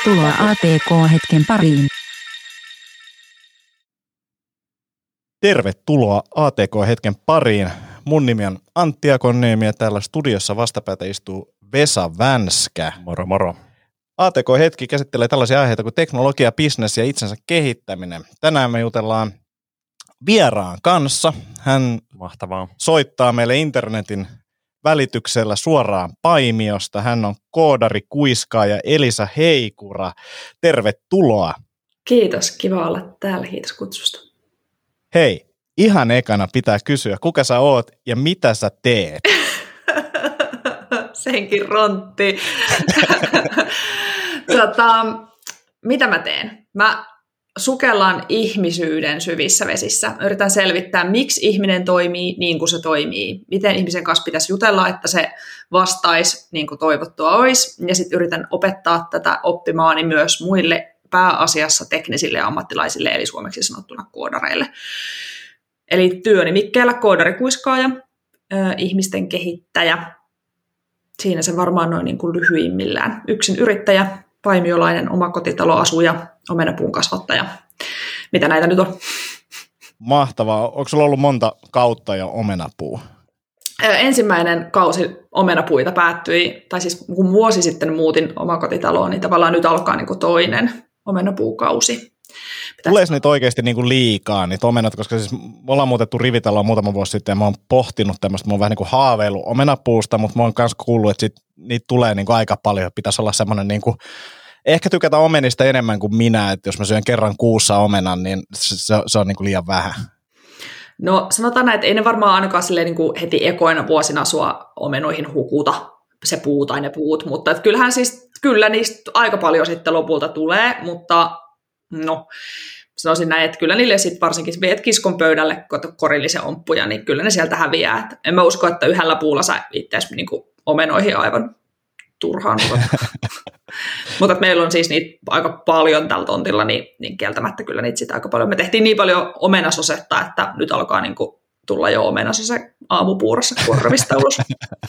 Tervetuloa ATK-hetken pariin. Tervetuloa ATK-hetken pariin. Mun nimi on Antti Akonniemi ja täällä studiossa vastapäätä istuu Vesa Vänskä. Moro moro. ATK-hetki käsittelee tällaisia aiheita kuin teknologia, business ja itsensä kehittäminen. Tänään me jutellaan vieraan kanssa. Hän Mahtavaa. soittaa meille internetin välityksellä suoraan Paimiosta. Hän on koodari, kuiskaaja Elisa Heikura. Tervetuloa. Kiitos, kiva olla täällä. Kiitos kutsusta. Hei, ihan ekana pitää kysyä, kuka sä oot ja mitä sä teet? Senkin rontti. Mitä mä teen? Mä sukellan ihmisyyden syvissä vesissä. Yritän selvittää, miksi ihminen toimii niin kuin se toimii. Miten ihmisen kanssa pitäisi jutella, että se vastaisi niin kuin toivottua olisi. Ja sitten yritän opettaa tätä oppimaani myös muille pääasiassa teknisille ja ammattilaisille, eli suomeksi sanottuna koodareille. Eli työnimikkeellä koodari-kuiskaaja, ihmisten kehittäjä. Siinä se varmaan noin niin kuin lyhyimmillään. Yksin yrittäjä, paimiolainen, omakotitaloasuja, omenapuun kasvattaja. Mitä näitä nyt on? Mahtavaa. Onko sulla ollut monta kautta jo omenapuu? Ensimmäinen kausi omenapuita päättyi, tai siis kun vuosi sitten muutin omakotitaloon, niin tavallaan nyt alkaa niin kuin toinen omenapuukausi. Tuleeko niitä oikeasti niin kuin liikaa, niitä omenat, koska siis me ollaan muutettu rivitaloa muutama vuosi sitten ja mä oon pohtinut tämmöistä, mä oon vähän niin kuin haaveillut omenapuusta, mutta mä oon myös kuullut, että niitä tulee niin kuin aika paljon, pitäisi olla semmoinen niin kuin, ehkä tykätä omenista enemmän kuin minä, että jos mä syön kerran kuussa omenan, niin se on niin kuin liian vähän. No sanotaan näin, että ei ne varmaan ainakaan silleen, niin kuin heti ekoina vuosina sua omenoihin hukuta, se puu tai ne puut, mutta että kyllähän siis, kyllä niistä aika paljon sitten lopulta tulee, mutta no sanoisin näin, että kyllä niille sitten varsinkin viet kiskon pöydälle korillisen omppuja, niin kyllä ne sieltä häviää. Et en mä usko, että yhdellä puulla sä itseäsi niin kuin omenoihin aivan turhaan. Mutta meillä on siis niitä aika paljon tällä tontilla, niin kieltämättä kyllä niitä sitä aika paljon. Me tehtiin niin paljon omenasosetta, että nyt alkaa niin kuin tulla jo omenasose aamupuurossa korvista ulos.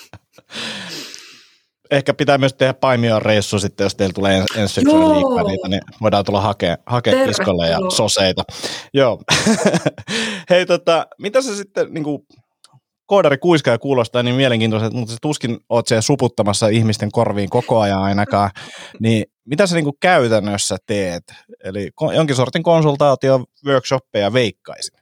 Ehkä pitää myös tehdä Paimion reissu sitten, jos teillä tulee ensi syksynä liikaa niitä, niin voidaan tulla hakea kiskolle ja soseita. Joo. Hei, mitä sä sitten niin kuin koodari kuiskaaja kuulostaa niin mielenkiintoiselta, mutta sä tuskin oot siellä suputtamassa ihmisten korviin koko ajan ainakaan, niin mitä sä niin kuin käytännössä teet? Eli jonkin sortin konsultaatio, workshoppeja veikkaisin.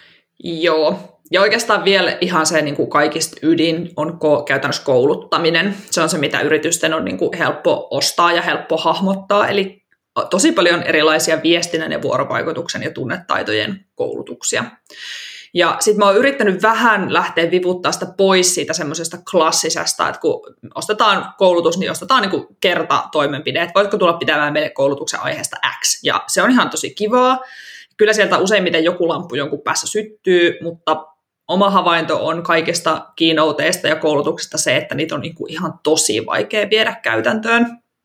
Joo. Ja oikeastaan vielä ihan se niin kuin kaikista ydin on käytännössä kouluttaminen. Se on se, mitä yritysten on niin kuin helppo ostaa ja helppo hahmottaa. Eli tosi paljon erilaisia viestinnän ja vuorovaikutuksen ja tunnetaitojen koulutuksia. Ja sitten mä oon yrittänyt vähän lähteä vivuttaa sitä pois siitä semmoisesta klassisesta, että kun ostetaan koulutus, niin ostetaan niin kuin kertatoimenpide, että voitko tulla pitämään meille koulutuksen aiheesta X. Ja se on ihan tosi kivaa. Kyllä sieltä useimmiten joku lamppu jonkun päässä syttyy, mutta oma havainto on kaikista keynotesta ja koulutuksesta se, että niitä on niin kuin ihan tosi vaikea viedä käytäntöön.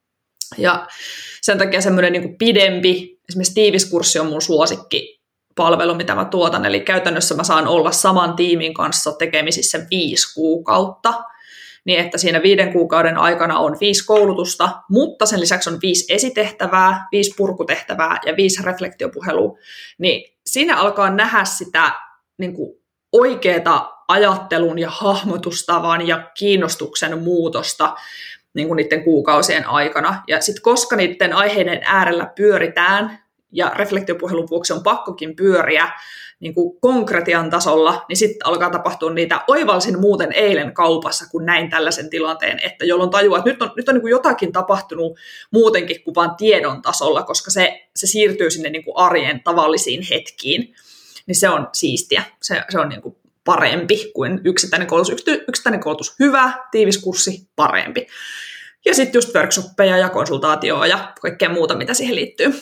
Ja sen takia semmoinen niin kuin pidempi, esimerkiksi tiiviskurssi on mun suosikkipalvelu, mitä mä tuotan. Eli käytännössä mä saan olla saman tiimin kanssa tekemisissä 5 kuukautta, niin että siinä 5 kuukauden aikana on 5 koulutusta, mutta sen lisäksi on 5 esitehtävää, 5 purkutehtävää ja 5 reflektiopuhelua. Niin siinä alkaa nähdä sitä niin kuin oikeaa ajattelun ja hahmotustavan ja kiinnostuksen muutosta niin kuin niiden kuukausien aikana. Ja sitten koska niiden aiheiden äärellä pyöritään ja reflektiopuhelun vuoksi on pakkokin pyöriä niin kuin konkretian tasolla, niin sitten alkaa tapahtua niitä. Oivalsin muuten eilen kaupassa, kun näin tällaisen tilanteen, että jolloin tajuaa, että nyt on niin kuin jotakin tapahtunut muutenkin kuin vain tiedon tasolla, koska se siirtyy sinne niin kuin arjen tavallisiin hetkiin. Niin se on siistiä. Se on niin kuin parempi kuin yksittäinen koulutus. Yksittäinen koulutus hyvä, tiivis kurssi parempi. Ja sitten just workshoppeja ja konsultaatioa ja kaikkea muuta, mitä siihen liittyy.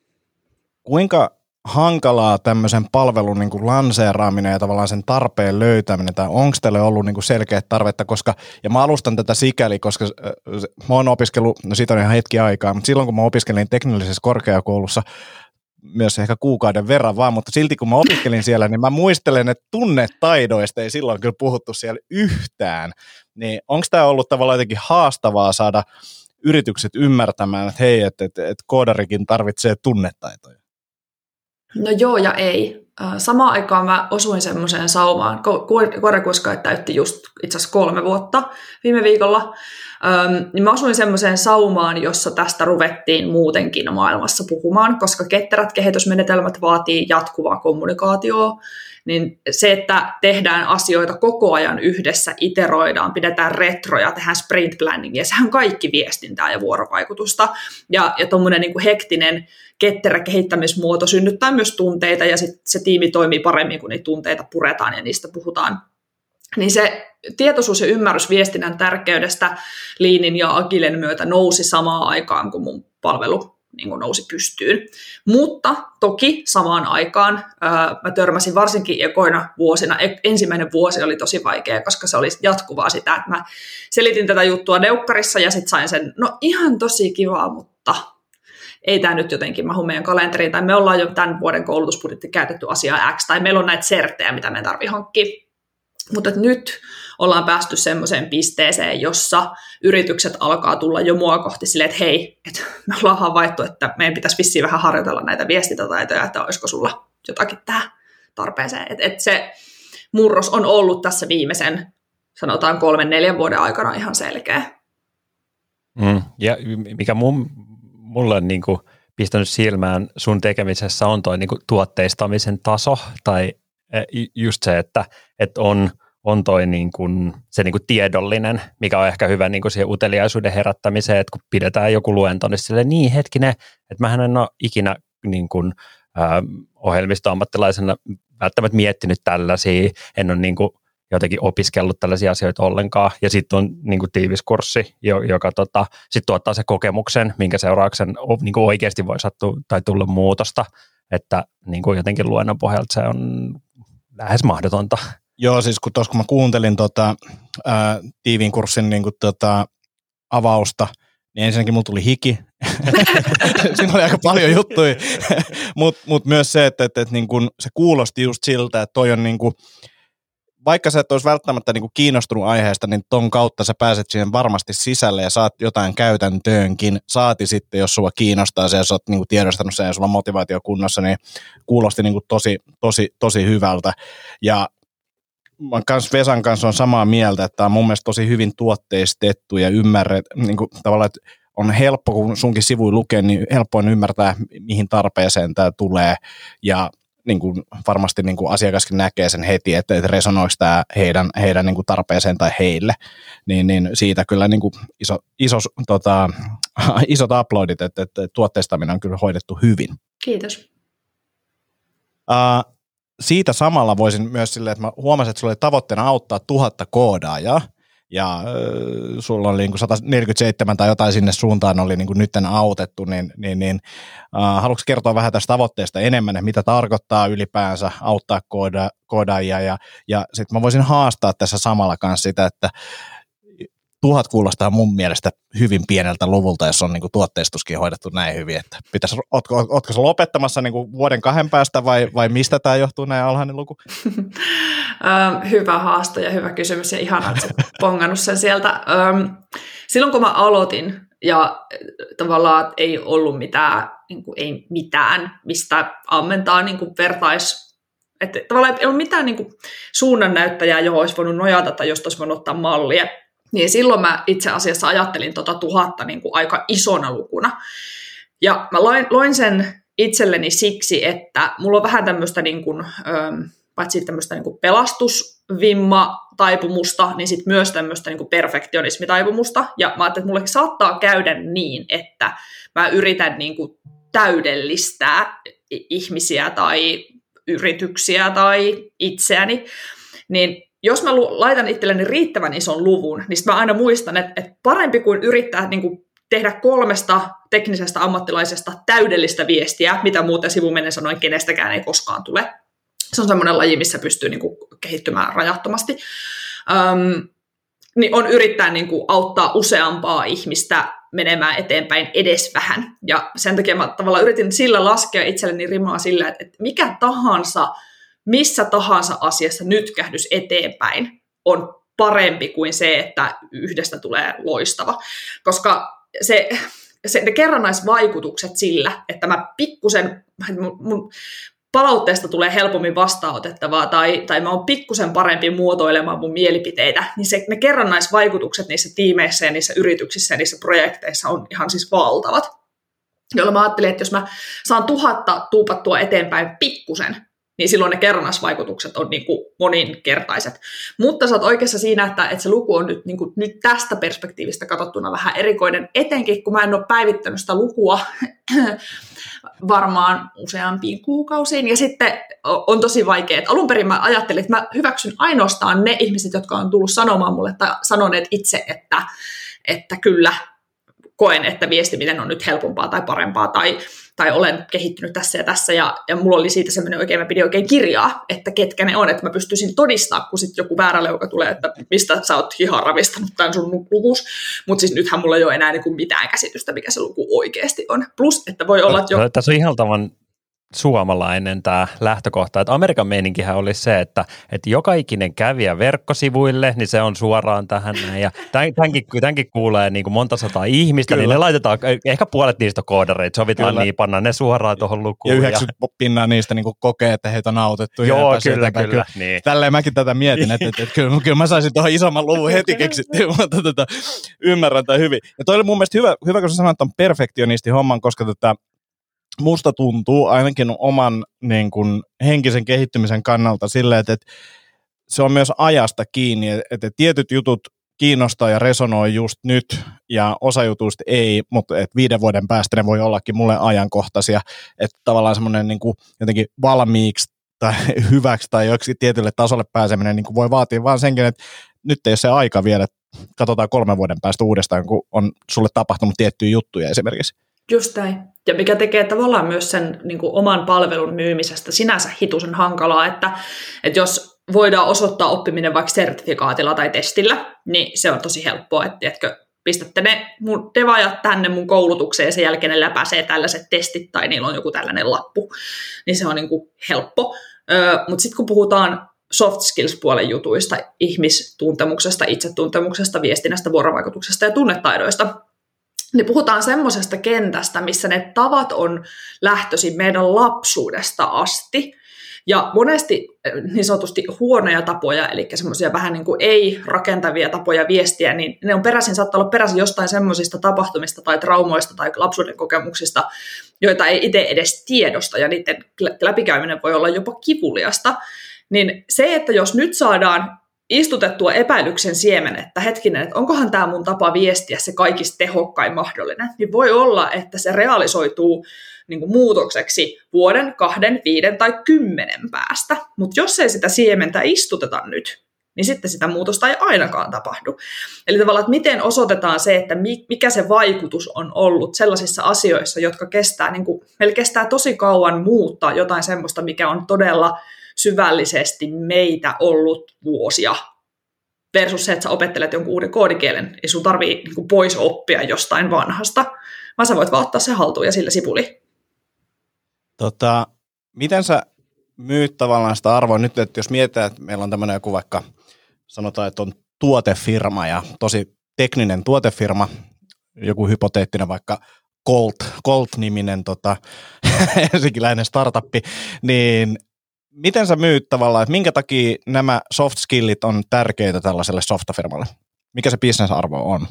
Kuinka hankalaa tämmöisen palvelun niin kuin lanseeraaminen ja tavallaan sen tarpeen löytäminen, tai onko teille ollut niin kuin selkeä tarvetta, koska, ja mä alustan tätä sikäli, koska mä oon opiskellut, no siitä on ihan hetki aikaa, mutta silloin kun mä opiskelin teknillisessä korkeakoulussa, myös ehkä kuukauden verran vaan, mutta silti kun mä opiskelin siellä, niin mä muistelen, että tunnetaidoista ei silloin kyllä puhuttu siellä yhtään. Niin onko tämä ollut tavallaan jotenkin haastavaa saada yritykset ymmärtämään, että hei, että koodarikin tarvitsee tunnetaitoja? No joo ja ei. Samaan aikaan mä osuin semmoiseen saumaan. Koirakuska täytti just itse asiassa 3 vuotta viime viikolla. Niin mä osuin semmoiseen saumaan, jossa tästä ruvettiin muutenkin maailmassa puhumaan, koska ketterät kehitysmenetelmät vaatii jatkuvaa kommunikaatioa. Niin se, että tehdään asioita koko ajan yhdessä, iteroidaan, pidetään retroja, tehdään sprint planningia, sehän on kaikki viestintää ja vuorovaikutusta. Ja tuommoinen niin kuin hektinen, ketterä kehittämismuoto synnyttää myös tunteita, ja sit se tiimi toimii paremmin, kun niitä tunteita puretaan ja niistä puhutaan. Niin se tietoisuus ja ymmärrys viestinnän tärkeydestä Leanin ja Agilen myötä nousi samaan aikaan, kun mun palvelu niin kuin nousi pystyyn. Mutta toki samaan aikaan mä törmäsin varsinkin ekoina vuosina. Ensimmäinen vuosi oli tosi vaikea, koska se oli jatkuvaa sitä, että mä selitin tätä juttua neukkarissa ja sitten sain sen, no ihan tosi kivaa, mutta ei tämä nyt jotenkin mahu meidän kalenteriin, tai me ollaan jo tämän vuoden koulutusbudjetti käytetty asiaa X, tai meillä on näitä serttejä, mitä me tarvitsee hankkia. Mutta nyt ollaan päästy semmoiseen pisteeseen, jossa yritykset alkaa tulla jo mua kohti silleen, että hei, että me ollaan havaittu, että meidän pitäisi vissiin vähän harjoitella näitä viestintätaitoja, että olisiko sulla jotakin tähän tarpeeseen. Että se murros on ollut tässä viimeisen, sanotaan 3-4 vuoden aikana ihan selkeä. Ja mikä mulle on niin kuin pistänyt silmään sun tekemisessä on toi niin kuin tuotteistamisen taso, tai just se, että on toi niin kuin, se niin kuin tiedollinen, mikä on ehkä hyvä niin kuin siihen uteliaisuuden herättämiseen, että kun pidetään joku luento, niin silleen niin hetkinen, että mähän en ole ikinä niin kuin, ohjelmistoammattilaisena välttämättä miettinyt tällaisia, en ole niin kuin jotenkin opiskellut tällaisia asioita ollenkaan, ja sitten on niin kuin tiivis kurssi, joka sitten tuottaa se kokemuksen, minkä seurauksen niin kuin oikeasti voi sattua tai tulla muutosta, että niin kuin jotenkin luennon pohjalta se on lähes mahdotonta. Joo, siis kun mä kuuntelin tiiviin kurssin niin kuin, avausta, niin ensinnäkin mulla tuli hiki. Siinä oli aika paljon juttuja, mutta myös se, että niin kuin, se kuulosti just siltä, että toi on niin kuin, vaikka sä et olisi välttämättä niin kuin kiinnostunut aiheesta, niin ton kautta sä pääset siihen varmasti sisälle ja saat jotain käytäntöönkin. Saati sitten, jos sua kiinnostaa se ja sä oot niin kuin tiedostanut sen ja sulla on motivaatio kunnossa, niin kuulosti niin kuin tosi hyvältä. Ja mä kans Vesan kanssa on samaa mieltä, että tämä on mun mielestä tosi hyvin tuotteistettu ja ymmärret, niin kuin tavallaan, että on helppo, kun sunkin sivuja lukee, niin helppo on ymmärtää, mihin tarpeeseen tämä tulee, ja niin kuin varmasti niin kuin asiakaskin näkee sen heti, että resonoiko tämä heidän niin kuin tarpeeseen tai heille, niin siitä kyllä niin kuin isot uploadit, että tuotteistaminen on kyllä hoidettu hyvin. Kiitos. Siitä samalla voisin myös silleen, että mä huomasin, että sulla oli tavoitteena auttaa 1000 koodaajaa, ja sulla oli niin kuin 147 tai jotain sinne suuntaan oli niin kuin nytten autettu, niin haluatko kertoa vähän tästä tavoitteesta enemmän, että mitä tarkoittaa ylipäänsä auttaa koodaajia, ja sitten mä voisin haastaa tässä samalla kanssa sitä, että 1000 kuulostaa mun mielestä hyvin pieneltä luvulta, jos on niin kuin tuotteistuskin hoidettu näin hyvin, että ootko sä lopettamassa niin kuin 1-2 vuoden päästä vai mistä tämä johtuu näin alhainen luku? Hyvä haaste ja hyvä kysymys ja ihanaa, että sä pongannut sen sieltä. Silloin kun mä aloitin ja tavallaan ei ollut ei mitään, mistä ammentaa niin kuin että tavallaan ei ollut mitään niin kuin suunnannäyttäjää, johon olisi voinut nojata tai josta olisi voinut ottaa mallia. Niin silloin mä itse asiassa ajattelin 1000 niin kuin aika isona lukuna. Ja mä loin sen itselleni siksi, että mulla on vähän tämmöistä niin kuin, paitsi tämmöistä niin kuin pelastusvimma-taipumusta, niin sitten myös tämmöistä niin kuin perfektionismitaipumusta. Ja mä ajattelin, että mulle saattaa käydä niin, että mä yritän niin kuin täydellistää ihmisiä tai yrityksiä tai itseäni, niin jos mä laitan itselleni riittävän ison luvun, niin mä aina muistan, että parempi kuin yrittää niin kuin tehdä 3 teknisestä ammattilaisesta täydellistä viestiä, mitä muuten sivumennen sanoen kenestäkään ei koskaan tule. Se on semmoinen laji, missä pystyy niin kuin kehittymään rajattomasti. Niin on yrittää niin kuin auttaa useampaa ihmistä menemään eteenpäin edes vähän. Ja sen takia mä tavallaan yritin sillä laskea itselleni rimaa sillä, että mikä tahansa, missä tahansa asiassa nytkähdys eteenpäin on parempi kuin se, että yhdestä tulee loistava. Koska ne kerrannaisvaikutukset sillä, että mä pikkusen, mun palautteesta tulee helpommin vastaanotettavaa tai mä oon pikkusen parempi muotoilemaan mun mielipiteitä, niin ne kerrannaisvaikutukset niissä tiimeissä ja niissä yrityksissä ja niissä projekteissa on ihan siis valtavat. Jolloin mä ajattelin, että jos mä saan 1000 tuupattua eteenpäin pikkusen, niin silloin ne kerrannaisvaikutukset on niin kuin moninkertaiset. Mutta sä oot oikeassa siinä, että se luku on nyt, niin kuin, nyt tästä perspektiivistä katsottuna vähän erikoinen, etenkin kun mä en ole päivittänyt sitä lukua varmaan useampiin kuukausiin. Ja sitten on tosi vaikea, että alun perin mä ajattelin, että mä hyväksyn ainoastaan ne ihmiset, jotka on tullut sanomaan mulle tai sanoneet itse, että kyllä koen, että viestiminen on nyt helpompaa tai parempaa tai olen kehittynyt tässä ja tässä, ja mulla oli siitä semmoinen oikein, mä pidin oikein kirjaa, että ketkä ne on, että mä pystyisin todistamaan, kun sitten joku väärä leuka tulee, että mistä sä oot hihaan ravistanut tämän sun lukus, mutta siis nythän mulla ei ole enää niin kuin mitään käsitystä, mikä se luku oikeasti on. Plus, että voi olla, että tässä on ihan tavan suomalainen tämä lähtökohta, että Amerikan meininkihän oli se, että joka ikinen kävijä verkkosivuille, niin se on suoraan tähän näin, ja tämänkin kuulee niin kuin monta sataa ihmistä, kyllä, niin ne laitetaan, ehkä puolet niistä koodareita, sovitaan kyllä, niin, pannaan ne suoraan tuohon lukuun. Ja 90% niistä niin kuin kokee, että heitä on autettu. Joo, kyllä. Niin. Tälleen mäkin tätä mietin, että kyllä mä saisin tuohon isomman luvun heti keksittyä, mutta ymmärrän tämän hyvin. Ja toi oli mun mielestä hyvä kun sä sanoit ton perfektionisti homman, koska musta tuntuu ainakin oman niin kuin, henkisen kehittymisen kannalta silleen, että se on myös ajasta kiinni, että tietyt jutut kiinnostaa ja resonoi just nyt, ja osa jutuista ei, mutta 5 vuoden päästä ne voi ollakin mulle ajankohtaisia, että tavallaan semmoinen niin kuin, jotenkin valmiiksi tai hyväksi tai joksikin tietylle tasolle pääseminen niin kuin voi vaatia vaan senkin, että nyt ei ole se aika vielä, katsotaan 3 vuoden päästä uudestaan, kun on sulle tapahtunut tiettyjä juttuja esimerkiksi. Just näin. Ja mikä tekee tavallaan myös sen niin kuin oman palvelun myymisestä sinänsä hitusen hankalaa, että jos voidaan osoittaa oppiminen vaikka sertifikaatilla tai testillä, niin se on tosi helppoa, että tiedätkö, pistätte ne mun devaajat tänne mun koulutukseen ja sen jälkeen ne läpäisee tällaiset testit tai niillä on joku tällainen lappu, niin se on niin kuin helppo. Mutta sitten kun puhutaan soft skills-puolen jutuista, ihmistuntemuksesta, itsetuntemuksesta, viestinnästä, vuorovaikutuksesta ja tunnetaidoista, niin puhutaan semmoisesta kentästä, missä ne tavat on lähtöisin meidän lapsuudesta asti. Ja monesti niin sanotusti huonoja tapoja, eli semmoisia vähän niin kuin ei-rakentavia tapoja viestiä, niin ne on saattaa olla peräisin jostain semmoisista tapahtumista tai traumoista tai lapsuuden kokemuksista, joita ei itse edes tiedosta, ja niiden läpikäyminen voi olla jopa kivuliasta. Niin se, että jos nyt saadaan istutettua epäilyksen siemen, että hetkinen, että onkohan tämä mun tapa viestiä se kaikista tehokkain mahdollinen, niin voi olla, että se realisoituu niin kuin muutokseksi 1, 2, 5 tai 10 päästä. Mutta jos ei sitä siementä istuteta nyt, niin sitten sitä muutosta ei ainakaan tapahdu. Eli tavallaan, että miten osoitetaan se, että mikä se vaikutus on ollut sellaisissa asioissa, jotka meillä kestää tosi kauan muuttaa jotain semmoista, mikä on todella syvällisesti meitä ollut vuosia, versus se, että sä opettelet jonkun uuden koodikielen, ei sun tarvii niin kuin pois oppia jostain vanhasta, vaan sä voit vaan ottaa se haltuun ja sillä sipuli. Miten sä myyt tavallaan sitä arvoa nyt, että jos mietitään, että meillä on tämmöinen joku vaikka, sanotaan, että on tuotefirma ja tosi tekninen tuotefirma, joku hypoteettinen vaikka Colt-niminen ensikiläinen startuppi, niin miten sä myyt tavallaan, että minkä takia nämä soft skillit on tärkeitä tällaiselle softafirmalle? Mikä se business-arvo on?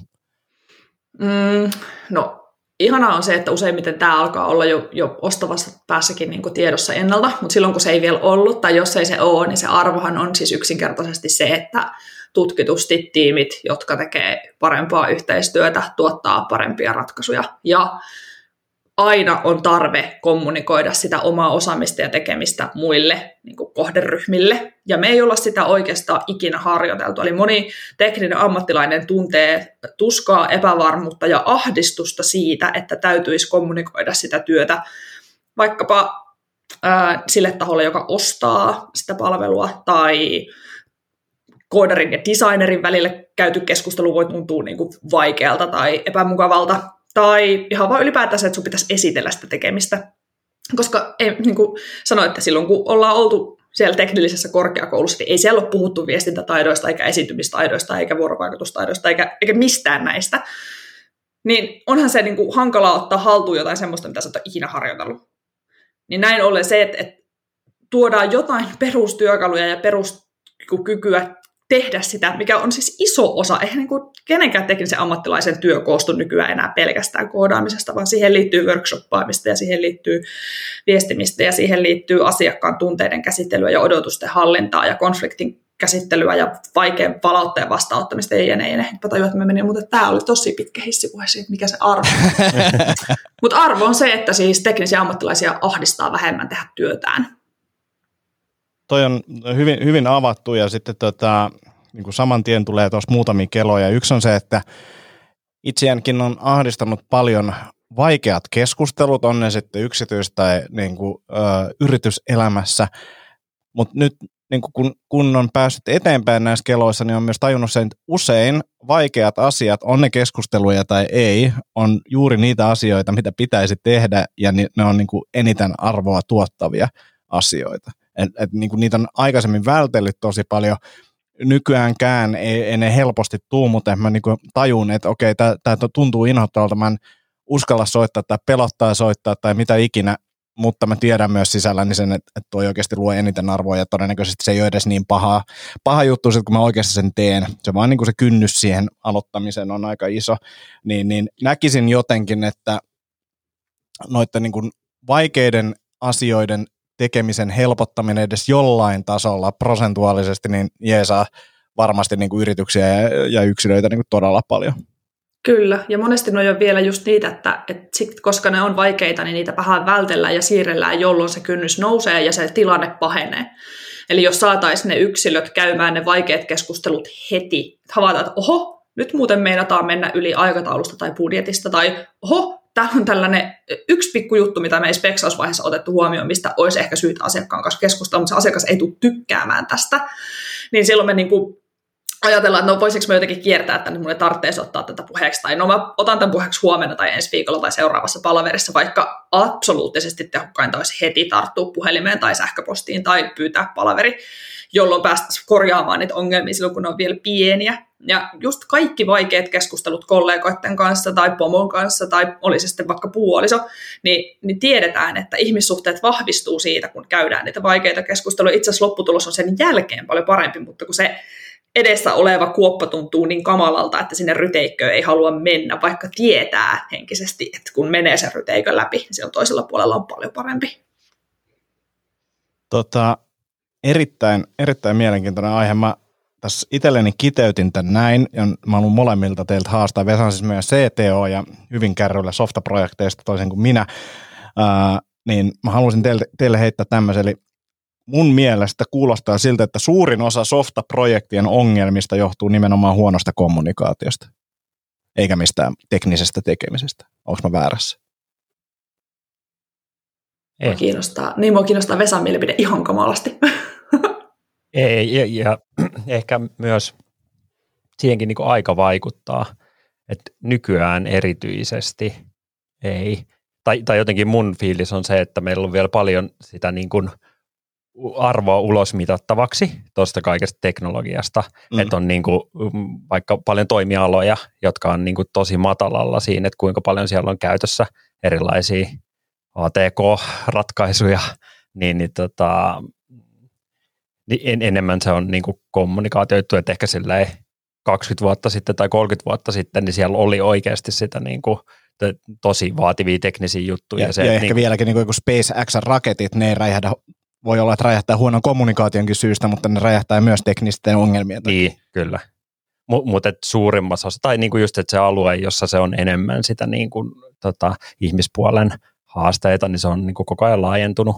No, ihanaa on se, että useimmiten tämä alkaa olla jo ostavassa päässäkin niin kuin tiedossa ennalta, mutta silloin kun se ei vielä ollut, tai jos ei se ole, niin se arvohan on siis yksinkertaisesti se, että tutkitusti tiimit, jotka tekee parempaa yhteistyötä, tuottaa parempia ratkaisuja, ja aina on tarve kommunikoida sitä omaa osaamista ja tekemistä muille niin kuin kohderyhmille. Ja me ei olla sitä oikeastaan ikinä harjoiteltu. Eli moni tekninen ammattilainen tuntee tuskaa, epävarmuutta ja ahdistusta siitä, että täytyisi kommunikoida sitä työtä vaikkapa sille taholle, joka ostaa sitä palvelua, tai koodarin ja designerin välille käyty keskustelu voi tuntua niin kuin vaikealta tai epämukavalta. Tai ihan vaan ylipäätään, että sun pitäisi esitellä sitä tekemistä. Koska niin kuin sanoitte, silloin kun ollaan oltu siellä teknillisessä korkeakoulussa, niin ei siellä ole puhuttu viestintätaidoista, eikä esitymistaidoista, eikä vuorovaikutustaidoista, eikä mistään näistä. niin onhan se niin kuin hankalaa ottaa haltuun jotain semmoista, mitä sä et ole ikinä harjoitellut. Niin näin ollen se, että tuodaan jotain perustyökaluja ja peruskykyä tehdä sitä, mikä on siis iso osa. Eihän niin kuin kenenkään teknisen ammattilaisen työ koostu nykyään enää pelkästään koodaamisesta, vaan siihen liittyy workshoppaamista ja siihen liittyy viestimistä ja siihen liittyy asiakkaan tunteiden käsittelyä ja odotusten hallintaa ja konfliktin käsittelyä ja vaikean palautteen vastaanottamista ja jne. Mä tajuin, että mä menin, mutta tämä oli tosi pitkä hissipuhe siitä, mikä se arvo on. Mutta arvo on se, että siis teknisiä ammattilaisia ahdistaa vähemmän tehdä työtään. Toi on hyvin, hyvin avattu ja sitten niin kuin saman tien tulee tuossa muutamia keloja. Yksi on se, että itseäänkin on ahdistanut paljon vaikeat keskustelut, on ne sitten yksityis- tai niin kuin, yrityselämässä, mutta nyt niin kuin kun on päässyt eteenpäin näissä keloissa, niin on myös tajunnut sen, että usein vaikeat asiat, on ne keskusteluja tai ei, on juuri niitä asioita, mitä pitäisi tehdä, ja ne on niin kuin eniten arvoa tuottavia asioita. Niin kuin niitä on aikaisemmin vältellyt tosi paljon. Nykyäänkään ei ne helposti tuu, mutta mä niin kuin tajun, että okei, tämä tuntuu inhottavalta, mä en uskalla soittaa tai pelottaa soittaa tai mitä ikinä, mutta mä tiedän myös sisälläni sen, että toi oikeasti luo eniten arvoa ja todennäköisesti se ei ole edes niin paha juttu, kun mä oikeasti sen teen. Se vaan niin kuin se kynnys siihen aloittamiseen on aika iso. Niin näkisin jotenkin, että noiden niin kuin vaikeiden asioiden tekemisen helpottaminen edes jollain tasolla prosentuaalisesti, niin jeesaa varmasti niin kuin yrityksiä ja yksilöitä niin kuin todella paljon. Kyllä, ja monesti ne on vielä just niitä, että koska ne on vaikeita, niin niitä vähän vältellään ja siirrellään, jolloin se kynnys nousee ja se tilanne pahenee. Eli jos saataisiin ne yksilöt käymään ne vaikeat keskustelut heti, että havaitaan, että oho, nyt muuten meinataan mennä yli aikataulusta tai budjetista, tai oho, täällä on tällainen yksi pikku juttu, mitä me ei speksausvaiheessa otettu huomioon, mistä olisi ehkä syytä asiakkaan kanssa keskustella, mutta se asiakas ei tule tykkäämään tästä, niin silloin me niinku ajatellaan, että no voisiko mä jotenkin kiertää, että mun ei tarvitse ottaa tätä puheeksi, tai no mä otan tämän puheeksi huomenna tai ensi viikolla tai seuraavassa palaverissa, vaikka absoluuttisesti tehokkainta olisi heti tarttua puhelimeen tai sähköpostiin tai pyytää palaveri, jolloin päästäisiin korjaamaan niitä ongelmia silloin, kun ne on vielä pieniä. Ja just kaikki vaikeat keskustelut kollegoiden kanssa tai pomon kanssa tai olisi sitten vaikka puoliso, niin tiedetään, että ihmissuhteet vahvistuu siitä, kun käydään niitä vaikeita keskusteluja. Itse asiassa lopputulos on sen jälkeen paljon parempi, mutta kun se edessä oleva kuoppa tuntuu niin kamalalta, että sinne ryteikköön ei halua mennä, vaikka tietää henkisesti, että kun menee sen ryteikön läpi, niin siellä toisella puolella on paljon parempi. Erittäin mielenkiintoinen aihe. Mä tässä itselleni kiteytin tämän näin, ja mä haluan molemmilta teiltä haastaa. Vesa on siis meidän CTO ja hyvin kärryillä softaprojekteista toisin kuin minä, niin mä haluaisin teille heittää tämmöisen, eli mun mielestä kuulostaa siltä, että suurin osa softaprojektien ongelmista johtuu nimenomaan huonosta kommunikaatiosta, eikä mistään teknisestä tekemisestä. Onko mä väärässä? Ei. Mua kiinnostaa Vesan mielipide ihan kamalasti. Ei, ja ehkä myös siihenkin niin kuin aika vaikuttaa, että nykyään erityisesti ei. Tai jotenkin mun fiilis on se, että meillä on vielä paljon sitä niin kuin arvoa ulosmitattavaksi tuosta kaikesta teknologiasta, että on niin kuin vaikka paljon toimialoja, jotka on niin kuin tosi matalalla siinä, että kuinka paljon siellä on käytössä erilaisia ATK-ratkaisuja, niin enemmän se on niin kuin kommunikaatioitu, että ehkä silleen 20 vuotta sitten tai 30 vuotta sitten, niin siellä oli oikeasti sitä niin kuin tosi vaativia teknisiä juttuja. Ja ehkä vieläkin niin kuin SpaceX-raketit, ne ei räjähdä. Voi olla, että räjähtää huonon kommunikaationkin syystä, mutta ne räjähtää myös teknisten ongelmien takia. Niin, kyllä. Mutta suurimmassa osassa, tai niinku just, että se alue, jossa se on enemmän sitä niinku, ihmispuolen haasteita, niin se on niinku koko ajan laajentunut.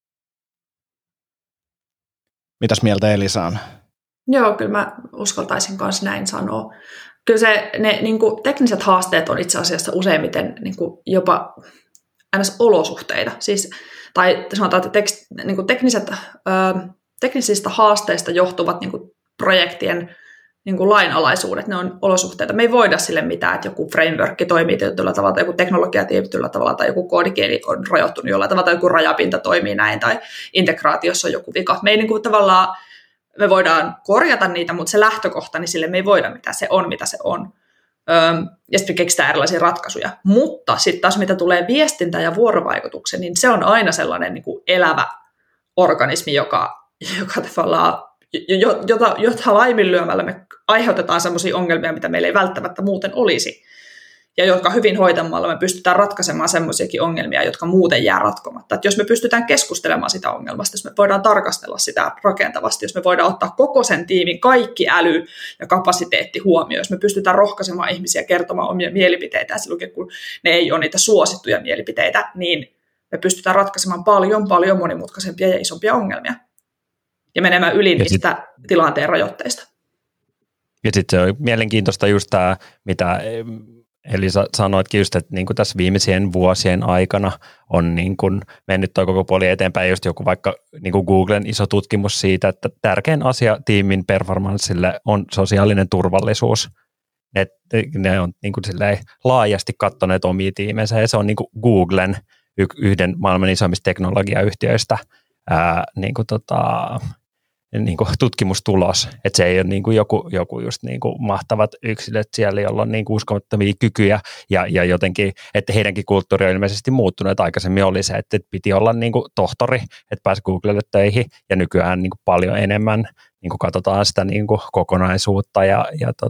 Mitäs mieltä Elisa on? Joo, kyllä mä uskaltaisin kanssa näin sanoa. Kyllä ne niinku, tekniset haasteet on itse asiassa useimmiten niinku, jopa olosuhteita. Siis tai sanotaan, että niin teknisistä haasteista johtuvat niin kuin projektien niin kuin lainalaisuudet, ne on olosuhteita. Me ei voida sille mitään, että joku framework toimii tietyllä tavalla, tai joku teknologia tietyllä tavalla, tai joku koodikieli on rajoittunut jollain tavalla, tai joku rajapinta toimii näin, tai integraatiossa on joku vika. Me ei niin kuin tavallaan, me voidaan korjata niitä, mutta se lähtökohta, niin sille me ei voida mitään, se on mitä se on. ja sitten me keksitään erilaisia ratkaisuja. Mutta sitten taas mitä tulee viestintään ja vuorovaikutukseen, niin se on aina sellainen niin kuin elävä organismi, joka tavallaan, jota laiminlyömällä me aiheutetaan sellaisia ongelmia, mitä meillä ei välttämättä muuten olisi. Ja jotka hyvin hoitamalla me pystytään ratkaisemaan semmoisiakin ongelmia, jotka muuten jää ratkomatta. Että jos me pystytään keskustelemaan sitä ongelmasta, jos me voidaan tarkastella sitä rakentavasti, jos me voidaan ottaa koko sen tiimin kaikki äly ja kapasiteetti huomioon, jos me pystytään rohkaisemaan ihmisiä kertomaan omia mielipiteitään silloin, kun ne ei ole niitä suosittuja mielipiteitä, niin me pystytään ratkaisemaan paljon monimutkaisempia ja isompia ongelmia ja menemään yli niistä tilanteen rajoitteista. Ja sitten se on mielenkiintoista just tämä, mitä Elisa sanoitkin just, että niin kuin tässä viimeisien vuosien aikana on niin kuin mennyt tuo koko puoli eteenpäin, just joku vaikka niin kuin Googlen iso tutkimus siitä, että tärkein asia tiimin performanssille on sosiaalinen turvallisuus. Ne on niin kuin laajasti katsoneet omia tiimensä, ja se on niin kuin Googlen yhden maailman isoimmista teknologiayhtiöistä niin kuin tutkimustulos, että se ei ole niin kuin joku just niin kuin mahtavat yksilöt siellä, jolla on niin kuin uskomattomia kykyjä ja jotenkin, että heidänkin kulttuuri on ilmeisesti muuttunut, että aikaisemmin oli se, että piti olla niin kuin tohtori, että pääsi Googlelle töihin ja nykyään niin kuin paljon enemmän niin kuin katsotaan sitä niin kuin kokonaisuutta ja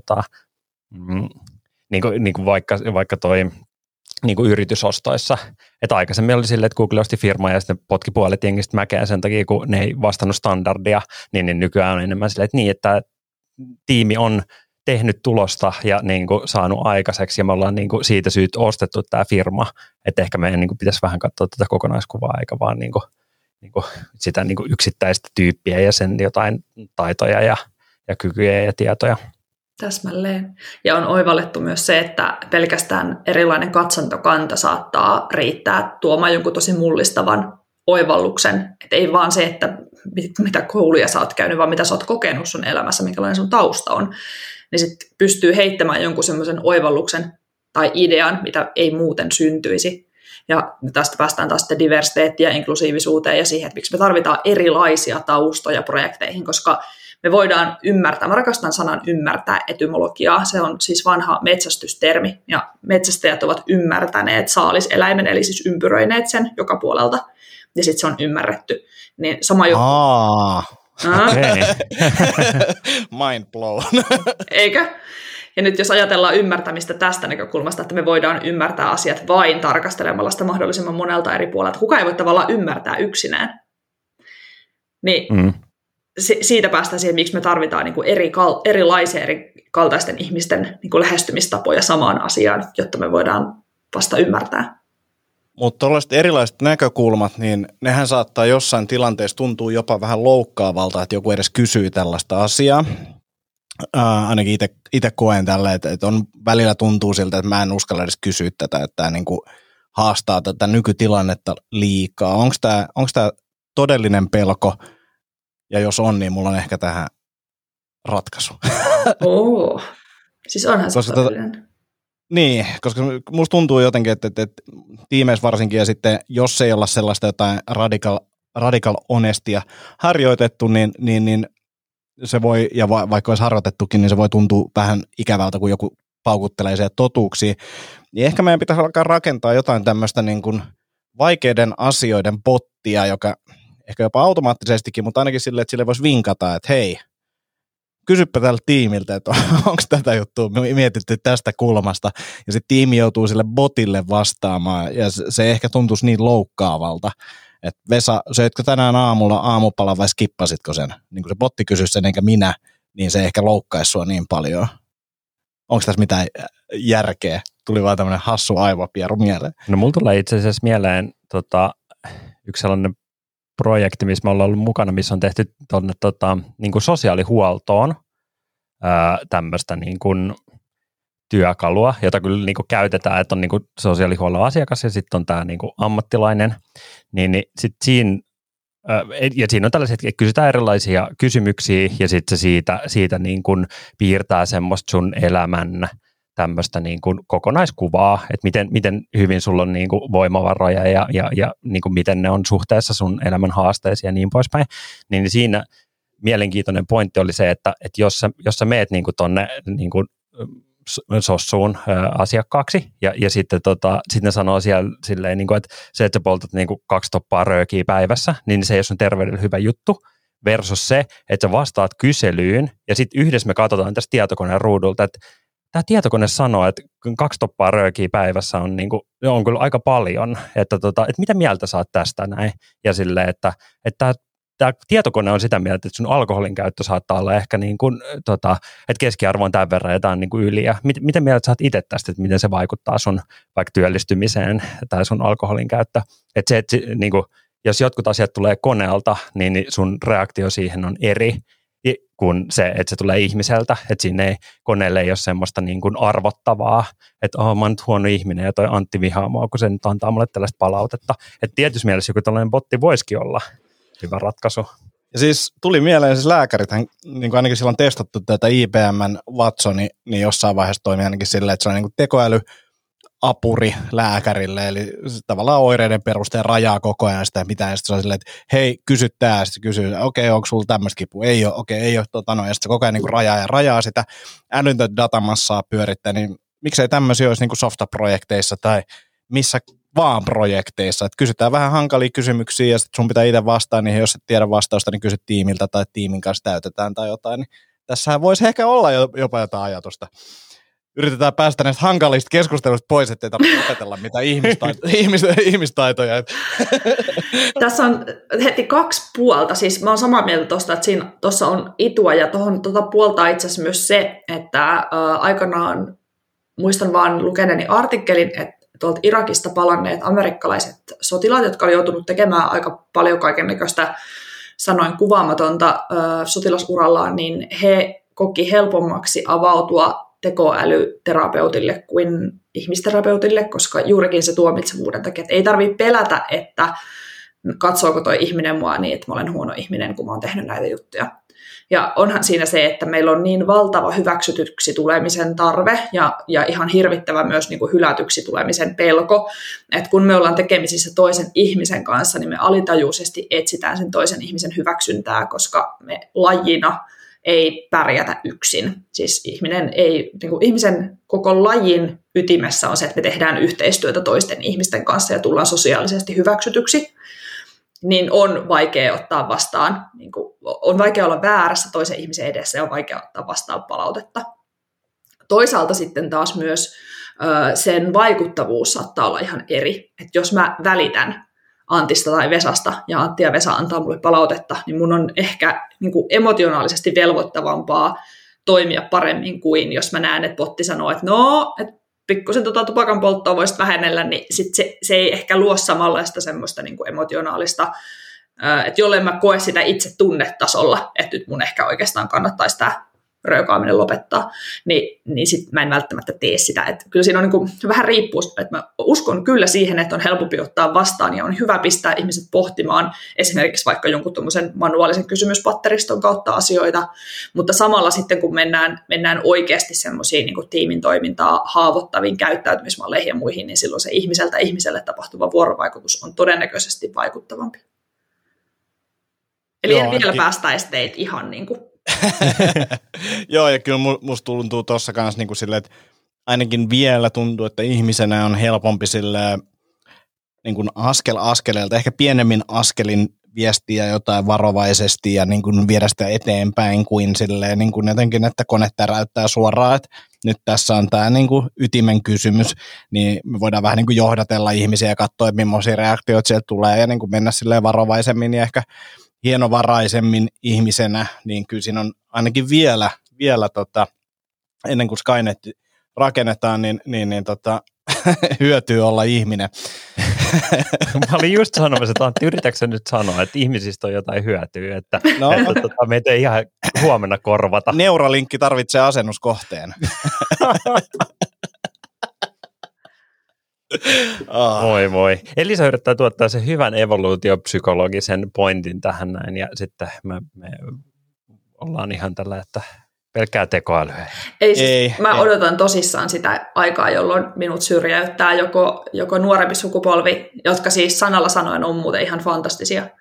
niin kuin vaikka toi niin kuin yritysostoissa, että aikaisemmin oli silleen, että Google osti firmaa ja sitten potki puolet jengistä mäkeä sen takia, kun ne ei vastannut standardia, niin nykyään on enemmän silleen, että tiimi on tehnyt tulosta ja niin kuin saanut aikaiseksi ja me ollaan niin kuin siitä syyt ostettu tämä firma, että ehkä meidän niin kuin pitäisi vähän katsoa tätä kokonaiskuvaa eikä vaan niin kuin sitä niin kuin yksittäistä tyyppiä ja sen jotain taitoja ja kykyjä ja tietoja. Täsmälleen. Ja on oivallettu myös se, että pelkästään erilainen katsantokanta saattaa riittää tuomaan jonkun tosi mullistavan oivalluksen. Että ei vaan se, että mitä kouluja sä oot käynyt, vaan mitä sä oot kokenut sun elämässä, minkälainen sun tausta on. Niin sitten pystyy heittämään jonkun semmoisen oivalluksen tai idean, mitä ei muuten syntyisi. Ja tästä päästään taas sitten diversiteettiin ja inklusiivisuuteen ja siihen, että miksi me tarvitaan erilaisia taustoja projekteihin, koska me voidaan ymmärtää, mä rakastan sanan ymmärtää etymologiaa, se on siis vanha metsästystermi, ja metsästäjät ovat ymmärtäneet saaliseläimen, eli siis ympyröineet sen joka puolelta, ja sitten se on ymmärretty. Niin sama juttu. Okay. Mind blown. Eikö? Ja nyt jos ajatellaan ymmärtämistä tästä näkökulmasta, että me voidaan ymmärtää asiat vain tarkastelemalla sitä mahdollisimman monelta eri puolelta, kukaan ei voi tavallaan ymmärtää yksinään, niin siitä päästään siihen, miksi me tarvitaan niin kuin erilaisia eri kaltaisten ihmisten niin kuin lähestymistapoja samaan asiaan, jotta me voidaan vasta ymmärtää. Mutta tällaiset erilaiset näkökulmat, niin nehän saattaa jossain tilanteessa tuntua jopa vähän loukkaavalta, että joku edes kysyy tällaista asiaa. Ainakin itse koen tällä, että on välillä tuntuu siltä, että mä en uskalla edes kysyä tätä, että tämä niin kuin haastaa tätä nykytilannetta liikaa. Onko tämä todellinen pelko? Ja jos on, niin mulla on ehkä tähän ratkaisu. Siis onhan se todellinen. Niin, koska musta tuntuu jotenkin, että tiimeissä varsinkin, ja sitten jos ei olla sellaista jotain radical honestia harjoitettu, niin se voi, ja vaikka olisi harjoitettukin, niin se voi tuntua vähän ikävältä, kun joku paukuttelee sieltä totuuksia. Niin ehkä meidän pitäisi alkaa rakentaa jotain tämmöistä niin kuin vaikeiden asioiden bottia, joka ehkä jopa automaattisestikin, mutta ainakin silleen, että sille voisi vinkata, että hei, kysyppä tältä tiimiltä, että onko tätä juttua mietitty tästä kulmasta, ja sitten tiimi joutuu sille botille vastaamaan, ja se ehkä tuntuisi niin loukkaavalta, että Vesa, söitkö tänään aamulla aamupalan vai skippasitko sen? Niin kun se botti kysyisi sen enkä minä, niin se ehkä loukkaisi sua niin paljon. Onko tässä mitään järkeä? Tuli vaan tämmöinen hassu aivopieru mieleen. No mulla tulee itse asiassa mieleen yksi sellainen projekti, missä me ollaan ollut mukana, missä on tehty tuonne niin kuin sosiaalihuoltoon tämmöistä niin kuin työkalua, jota kyllä niin kuin käytetään, että on niin kuin sosiaalihuollon asiakas ja sitten on tämä niin kuin ammattilainen, niin sitten siinä on tällaiset, että kysytään erilaisia kysymyksiä ja sitten se siitä niin kuin piirtää semmoista sun elämän tämmöistä niin kuin kokonaiskuvaa, että miten hyvin sulla on niin kuin voimavaroja ja niin kuin miten ne on suhteessa sun elämän haasteisiin ja niin poispäin, niin siinä mielenkiintoinen pointti oli se, että jos sä meet niin kuin tonne niin kuin sossuun asiakkaaksi, ja sitten sit ne sanoo siellä silleen, niin kuin, että se, että sä poltat niin kuin 2 toppaa röökiä päivässä, niin se ei ole sun terveydelle hyvä juttu, versus se, että sä vastaat kyselyyn, ja sitten yhdessä me katsotaan tästä tietokoneen ruudulta, että tämä tietokone sanoo, että 2 toppaa röökiä päivässä on, niin kuin, on kyllä aika paljon, että mitä mieltä saat tästä näin, ja silleen, että tämä tietokone on sitä mieltä, että sun alkoholin käyttö saattaa olla ehkä niin kuin, että keskiarvo on tämän verran ja tämä on niin kuin yli. Ja miten mieltä saat itse tästä, että miten se vaikuttaa sun vaikka työllistymiseen tai sun alkoholin käyttö? Että se, että niin kuin, jos jotkut asiat tulee koneelta, niin sun reaktio siihen on eri kuin se, että se tulee ihmiseltä. Että siinä koneelle ei ole semmoista niin kuin arvottavaa, että mä oon nyt huono ihminen ja toi Antti vihaa mua, kun se nyt antaa mulle tällaista palautetta. Että tietysti mielessä joku tällainen botti voisikin olla hyvä ratkaisu. Ja siis tuli mieleen, siis lääkärithän, niin kuin ainakin silloin testattu tätä IBM:n Watsoni, niin jossain vaiheessa toimii ainakin silleen, että se on niin kuin tekoälyapuri lääkärille, eli tavallaan oireiden perusteen rajaa koko ajan sitä mitään, ja sitten se on silleen, että hei, kysy tää, sitten kysyy, okei, onko sulla tämmöistä kipua? Ei ole, okei, ei ole, ja sitten se koko ajan niin kuin rajaa sitä älytöntä datamassaa pyörittää, niin miksei tämmöisiä olisi niin kuin softaprojekteissa tai missä vaan projekteissa, että kysytään vähän hankalia kysymyksiä ja sitten sun pitää itse vastaa niihin, jos et tiedä vastausta, niin kysyt tiimiltä tai tiimin kanssa täytetään tai jotain, niin tässähän voisi ehkä olla jopa jotain ajatusta. Yritetään päästä näistä hankalista keskusteluista pois, ettei tarvitse opetella mitään ihmistaitoja. Tässä on heti 2 puolta, siis mä oon samaa mieltä tuosta, että tuossa on itua ja tuohon puoltaa itse asiassa myös se, että aikanaan muistan vaan lukeneeni artikkelin, että tuolta Irakista palanneet amerikkalaiset sotilaat, jotka oli joutunut tekemään aika paljon kaikennäköistä sanoin kuvaamatonta sotilasurallaan, niin he koki helpommaksi avautua tekoälyterapeutille kuin ihmisterapeutille, koska juurikin se tuomitsevuuden takia, että ei tarvitse pelätä, että katsooko toi ihminen mua niin, että mä olen huono ihminen, kun mä oon tehnyt näitä juttuja. Ja onhan siinä se, että meillä on niin valtava hyväksytyksi tulemisen tarve ja ihan hirvittävä myös niin kuin hylätyksi tulemisen pelko, että kun me ollaan tekemisissä toisen ihmisen kanssa, niin me alitajuisesti etsitään sen toisen ihmisen hyväksyntää, koska me lajina ei pärjätä yksin. Siis ihmisen koko lajin ytimessä on se, että me tehdään yhteistyötä toisten ihmisten kanssa ja tullaan sosiaalisesti hyväksytyksi. Niin on vaikea ottaa vastaan, niin kuin, on vaikea olla väärässä toisen ihmisen edessä ja on vaikea ottaa vastaan palautetta. Toisaalta sitten taas myös sen vaikuttavuus saattaa olla ihan eri. Että jos mä välitän Antista tai Vesasta ja Antti ja Vesa antaa mulle palautetta, niin mun on ehkä niin kuin emotionaalisesti velvoittavampaa toimia paremmin kuin jos mä näen, että botti sanoo, että pikkusen tupakan polttoa voisit vähennellä, niin sit se ei ehkä luo samanlaista semmoista niin kuin emotionaalista, että jollei mä koe sitä itse tunnetasolla, että nyt mun ehkä oikeastaan kannattaisi tämä röökaaminen lopettaa, niin sit mä en välttämättä tee sitä. Että kyllä siinä on niin kuin, vähän riippuu, että mä uskon kyllä siihen, että on helpompi ottaa vastaan ja on hyvä pistää ihmiset pohtimaan esimerkiksi vaikka jonkun tuommoisen manuaalisen kysymyspatteriston kautta asioita, mutta samalla sitten kun mennään oikeasti semmoisiin niin kuin tiimin toimintaa haavoittaviin käyttäytymismalleihin ja muihin, niin silloin se ihmiseltä ihmiselle tapahtuva vuorovaikutus on todennäköisesti vaikuttavampi. Eli en vielä päästäisi teitä ihan niin kuin Joo, ja kyllä musta tuntuu tuossa kanssa niin kuin silleen, että ainakin vielä tuntuu, että ihmisenä on helpompi silleen, niin kuin askel askeleelta, ehkä pienemmin askelin viestiä jotain varovaisesti ja niin kuin viedä sitä eteenpäin kuin silleen, niin kuin jotenkin, että kone täräyttää suoraan, että nyt tässä on tämä niin kuin ytimen kysymys, niin me voidaan vähän niin kuin johdatella ihmisiä ja katsoa, että millaisia reaktioita sieltä tulee ja niin kuin mennä silleen varovaisemmin ja ehkä hienovaraisemmin ihmisenä, niin kyllä siinä on ainakin vielä ennen kuin Skynet rakennetaan, niin hyötyy olla ihminen. Mä olin just sanomassa, että Antti, yritätkö nyt sanoa, että ihmisistä on jotain hyötyä, että meitä ei ihan huomenna korvata. Neuralinkki tarvitsee asennuskohteen. Moi. Elisa yrittää tuottaa sen hyvän evoluutiopsykologisen pointin tähän näin, ja sitten me ollaan ihan tällä, että pelkkää tekoälyä. Mä odotan tosissaan sitä aikaa, jolloin minut syrjäyttää joko nuorempi sukupolvi, jotka siis sanalla sanoen on muuten ihan fantastisia.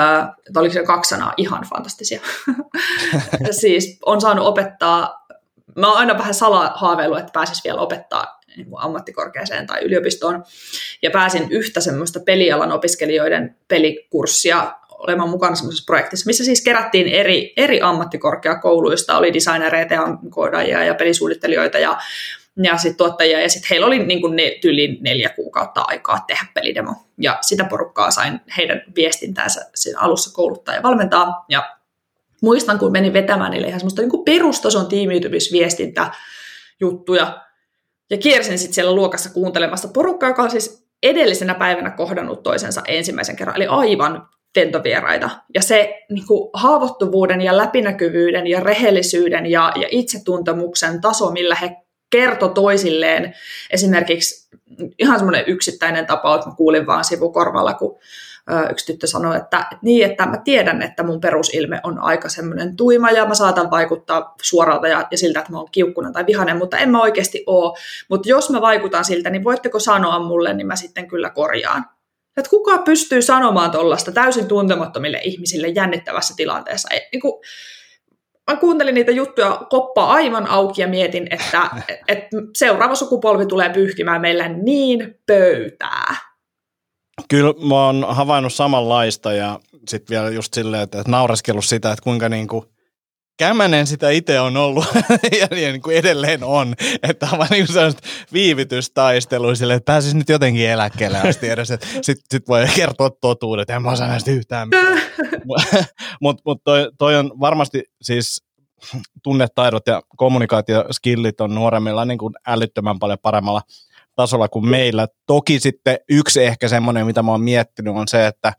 Oliko se 2 sanaa ihan fantastisia? Siis on saanut opettaa mä oon aina vähän salahaaveillut, että pääsis vielä opettaa niin kuin ammattikorkeaseen tai yliopistoon. Ja pääsin yhtä semmoista pelialan opiskelijoiden pelikurssia olemaan mukana semmoisessa projektissa, missä siis kerättiin eri ammattikorkeakouluista, oli designereita ja koodaajia ja pelisuunnittelijoita ja sitten tuottajia, ja sitten heillä oli niin kuin yli 4 kuukautta aikaa tehdä pelidemo. Ja sitä porukkaa sain heidän viestintäänsä siinä alussa kouluttaa ja valmentaa. Ja muistan, kun menin vetämään niille ihan semmoista niin kuin perustason tiimiytymisviestintäjuttuja, ja kiersin sitten siellä luokassa kuuntelemassa porukkaa, joka on siis edellisenä päivänä kohdannut toisensa ensimmäisen kerran, eli aivan tentovieraita. Ja se niin kuin haavoittuvuuden ja läpinäkyvyyden ja rehellisyyden ja itsetuntemuksen taso, millä he kertoi toisilleen. Esimerkiksi ihan semmoinen yksittäinen tapaus, mä kuulin vaan sivukorvalla, kun yksi tyttö sanoi, että mä tiedän, että mun perusilme on aika semmoinen tuima ja mä saatan vaikuttaa suoralta ja siltä, että mä oon kiukkunen tai vihainen, mutta en mä oikeasti oo. Mutta jos mä vaikutan siltä, niin voitteko sanoa mulle, niin mä sitten kyllä korjaan. Että kuka pystyy sanomaan tuollaista täysin tuntemattomille ihmisille jännittävässä tilanteessa? Mä kuuntelin niitä juttuja koppaa aivan auki ja mietin, että seuraava sukupolvi tulee pyyhkimään meillä niin pöytää. Kyllä mä oon havainnut samanlaista ja sitten vielä just silleen, että naureskellut sitä, että kuinka niinku kämänen sitä itse on ollut ja niin kuin edelleen on, että on vaan niin kuin sellaiset viivytystaistelua silleen, että pääsisi nyt jotenkin eläkkeelle asti edes, että sit voi kertoa totuudet, en mä osaa näistä yhtään mitään. Mutta toi on varmasti siis tunnetaidot ja kommunikaatioskillit on nuoremmilla niin kuin älyttömän paljon paremmalla tasolla kuin meillä. Toki sitten yksi ehkä semmoinen, mitä mä oon miettinyt, on se, että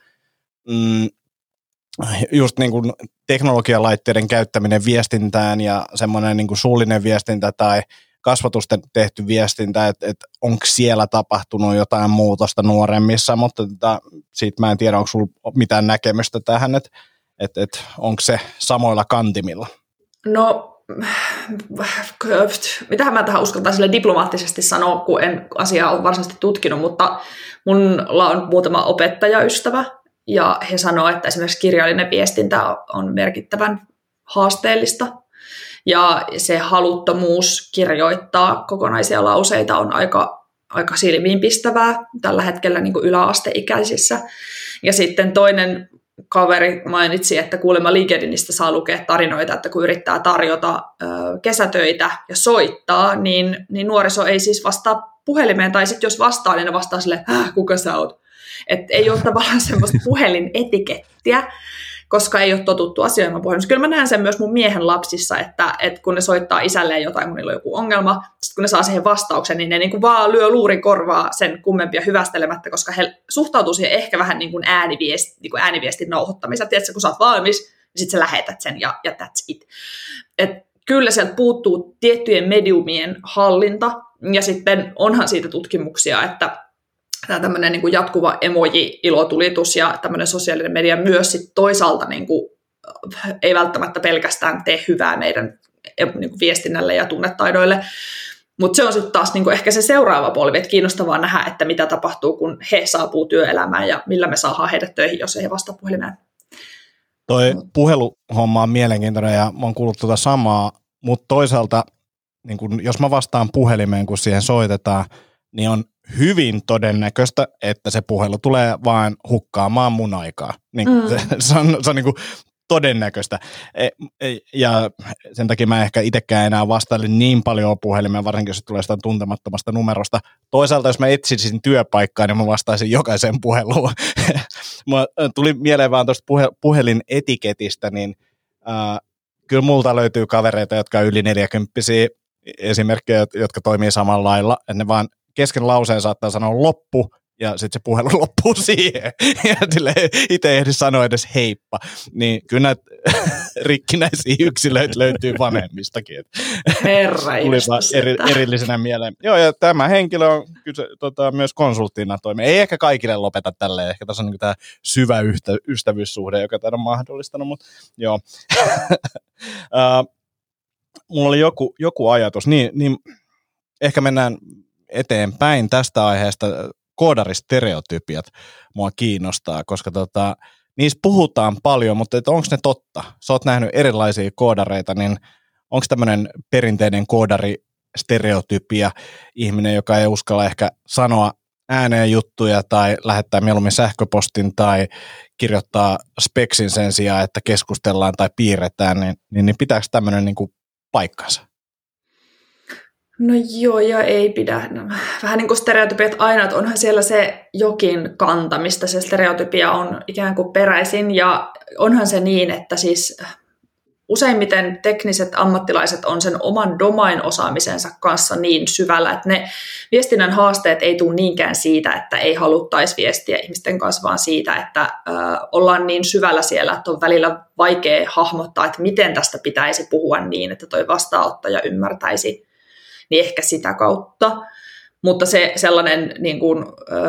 just niin kuin teknologialaitteiden käyttäminen viestintään ja semmoinen niin kuin suullinen viestintä tai kasvatusten tehty viestintä, että onko siellä tapahtunut jotain muutosta nuoremmissa, mutta siitä mä en tiedä, onko sulla mitään näkemystä tähän, että onko se samoilla kantimilla? No, mitähän mä tähän uskaltaan sille diplomaattisesti sanoa, kun en asiaa ole varsinaisesti tutkinut, mutta mulla on muutama opettajaystävä, ja he sanoo, että esimerkiksi kirjallinen viestintä on merkittävän haasteellista. Ja se haluttomuus kirjoittaa kokonaisia lauseita on aika silmiinpistävää tällä hetkellä niin kuin yläasteikäisissä. Ja sitten toinen kaveri mainitsi, että kuulemma LinkedInistä saa lukea tarinoita, että kun yrittää tarjota kesätöitä ja soittaa, niin nuoriso ei siis vastaa puhelimeen. Tai sitten jos vastaa, niin ne vastaa silleen, kuka sä oot? Että ei ole tavallaan semmoista puhelinetikettiä, koska ei ole totuttu asioimaan puhelimessa. Kyllä mä näen sen myös mun miehen lapsissa, että kun ne soittaa isälleen jotain, kun niillä on joku ongelma, sitten kun ne saa siihen vastauksen, niin ne niin kuin vaan lyö luurin korvaa sen kummempia hyvästelemättä, koska he suhtautuu siihen ehkä vähän niin kuin ääniviestin nauhoittamiseen. Tiedätkö, kun sä oot valmis, niin sitten sä lähetät sen ja that's it. Et kyllä sieltä puuttuu tiettyjen mediumien hallinta, ja sitten onhan siitä tutkimuksia, että tämä tämmöinen niin kuin jatkuva emoji-ilotulitus ja tämmöinen sosiaalinen media myös sit toisaalta niin kuin, ei välttämättä pelkästään tee hyvää meidän niin kuin viestinnälle ja tunnetaidoille, mutta se on sitten taas niin kuin ehkä se seuraava polvi, että kiinnostavaa nähdä, että mitä tapahtuu, kun he saapuu työelämään ja millä me saadaan heidät töihin, jos ei he vastaa puhelimeen. Toi puheluhomma on mielenkiintoinen ja mä oon kuullut tuota samaa, mutta toisaalta niin kun, jos mä vastaan puhelimeen, kun siihen soitetaan, niin on hyvin todennäköistä, että se puhelu tulee vaan hukkaamaan mun aikaa. Niin, se on niin kuin todennäköistä. Ja sen takia mä ehkä itsekään enää vastaile niin paljon puhelimeen, varsinkin jos se tulee sitä tuntemattomasta numerosta. Toisaalta, jos mä etsisin työpaikkaa, niin mä vastaisin jokaisen puheluun. Mä tuli mieleen vaan tuosta puhelinetiketistä, niin kyllä multa löytyy kavereita, jotka on yli 40-vuotiaita esimerkkejä, jotka toimii samalla lailla, että ne vaan kesken lauseen saattaa sanoa loppu, ja sitten se puhelu loppuu siihen. Ja itse ei ehdi sanoa edes heippa. Niin kyllä näitä rikkinäisiä yksilöitä löytyy vanhemmistakin. Herra, tuli vaan erillisenä mieleen. Joo, ja tämä henkilö on myös konsulttina toimii. Ei ehkä kaikille lopeta tälleen. Ehkä tässä on niin tämä syvä ystävyyssuhde, joka tämän on mahdollistanut, mutta joo. Mulla oli joku ajatus. Niin ehkä mennään eteenpäin tästä aiheesta. Koodaristereotypiat mua kiinnostaa, koska niissä puhutaan paljon, mutta onko ne totta? Sä oot nähnyt erilaisia koodareita, niin onko tämmöinen perinteinen koodari-stereotypia ihminen, joka ei uskalla ehkä sanoa ääneen juttuja tai lähettää mieluummin sähköpostin tai kirjoittaa speksin sen sijaan, että keskustellaan tai piirretään, niin pitääkö tämmöinen niin kuin paikkansa? No joo, ja ei pidä. Vähän niin kuin stereotypiat aina, että onhan siellä se jokin kanta, mistä se stereotypia on ikään kuin peräisin, ja onhan se niin, että siis useimmiten tekniset ammattilaiset on sen oman domain-osaamisensa kanssa niin syvällä, että ne viestinnän haasteet ei tule niinkään siitä, että ei haluttaisi viestiä ihmisten kanssa, vaan siitä, että ollaan niin syvällä siellä, että on välillä vaikea hahmottaa, että miten tästä pitäisi puhua niin, että toi vastaanottaja ymmärtäisi, niin ehkä sitä kautta. Mutta se sellainen niin kuin,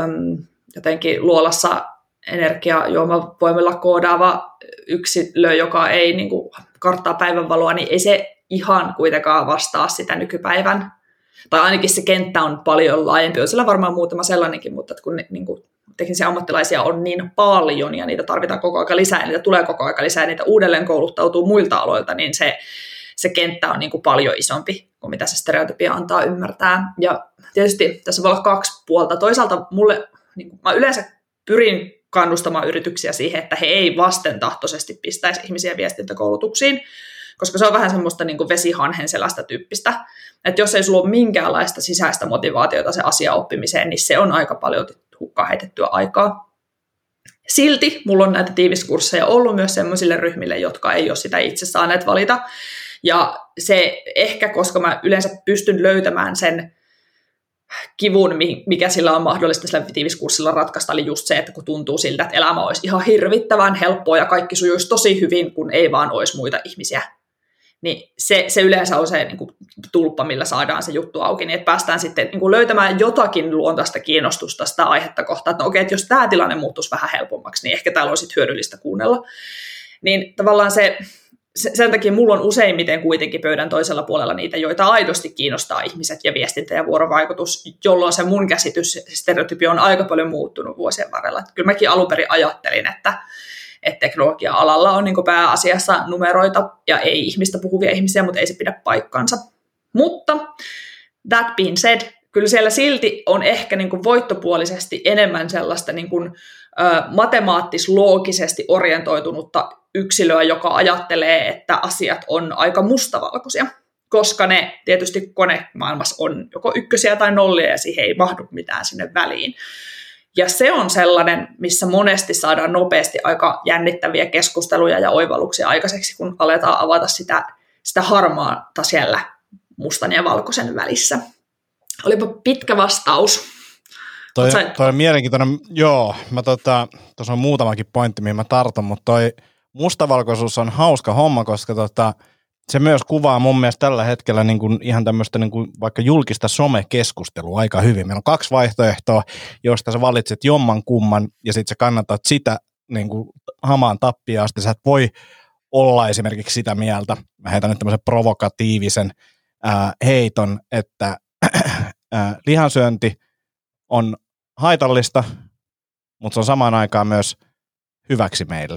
jotenkin luolassa energiajuomavoimilla koodaava yksilö, joka ei niin kuin karttaa päivänvaloa, niin ei se ihan kuitenkaan vastaa sitä nykypäivän. Tai ainakin se kenttä on paljon laajempi. On siellä varmaan muutama sellainenkin, mutta kun niin kuin teknisiä ammattilaisia on niin paljon ja niitä tarvitaan koko ajan lisää ja niitä tulee koko ajan lisää ja niitä uudelleen kouluttautuu muilta aloilta, niin se kenttä on niin kuin paljon isompi kuin mitä se stereotypia antaa ymmärtää. Ja tietysti tässä voi olla kaksi puolta. Toisaalta mulle, niin kuin mä yleensä pyrin kannustamaan yrityksiä siihen, että he ei vastentahtoisesti pistäisi ihmisiä viestintäkoulutuksiin, koska se on vähän semmoista niin kuin vesihanhen sellaista tyyppistä, että jos ei sulla ole minkäänlaista sisäistä motivaatiota se asia oppimiseen, niin se on aika paljon hukkaan heitettyä aikaa. Silti mulla on näitä tiiviskursseja ollut myös semmoisille ryhmille, jotka ei ole sitä itse saaneet valita, ja se ehkä, koska mä yleensä pystyn löytämään sen kivun, mikä sillä on mahdollista sillä tiiviskurssilla ratkaista, eli just se, että kun tuntuu siltä, että elämä olisi ihan hirvittävän helppoa ja kaikki sujuisi tosi hyvin, kun ei vaan olisi muita ihmisiä, niin se yleensä on se niin kuin tulppa, millä saadaan se juttu auki, niin että päästään sitten niin kuin löytämään jotakin luontaista kiinnostusta sitä aihetta kohtaan, että no okei, että jos tämä tilanne muuttuisi vähän helpommaksi, niin ehkä täällä olisi hyödyllistä kuunnella. Niin tavallaan sen takia mulla on useimmiten kuitenkin pöydän toisella puolella niitä, joita aidosti kiinnostaa ihmiset ja viestintä ja vuorovaikutus, jolloin se mun käsitys, stereotypia on aika paljon muuttunut vuosien varrella. Että kyllä mäkin alun perin ajattelin, että teknologia-alalla on niin kuin pääasiassa numeroita ja ei ihmistä puhuvia ihmisiä, mutta ei se pidä paikkansa. Mutta that being said, kyllä siellä silti on ehkä niin kuin voittopuolisesti enemmän sellaista niin kuin, matemaattis-loogisesti orientoitunutta yksilöä, joka ajattelee, että asiat on aika mustavalkoisia, koska ne tietysti konemaailmassa on joko ykkösiä tai nollia ja siihen ei mahdu mitään sinne väliin. Ja se on sellainen, missä monesti saadaan nopeasti aika jännittäviä keskusteluja ja oivalluksia aikaiseksi, kun aletaan avata sitä harmaata siellä mustan ja valkoisen välissä. Olipa pitkä vastaus. Toi on mielenkiintoinen, joo, tuossa on muutamakin pointti, mihin mä tartun, mutta toi mustavalkoisuus on hauska homma, koska se myös kuvaa mun mielestä tällä hetkellä niin kuin ihan tämmöistä niin kuin vaikka julkista somekeskustelua aika hyvin. Meillä on kaksi vaihtoehtoa, joista sä valitset jomman kumman ja sitten sä kannatat sitä niin kuin hamaan tappiaan asti. Sä et voi olla esimerkiksi sitä mieltä, mä heitän nyt tämmöisen provokatiivisen heiton, että lihansyönti on haitallista, mutta se on samaan aikaan myös hyväksi meille.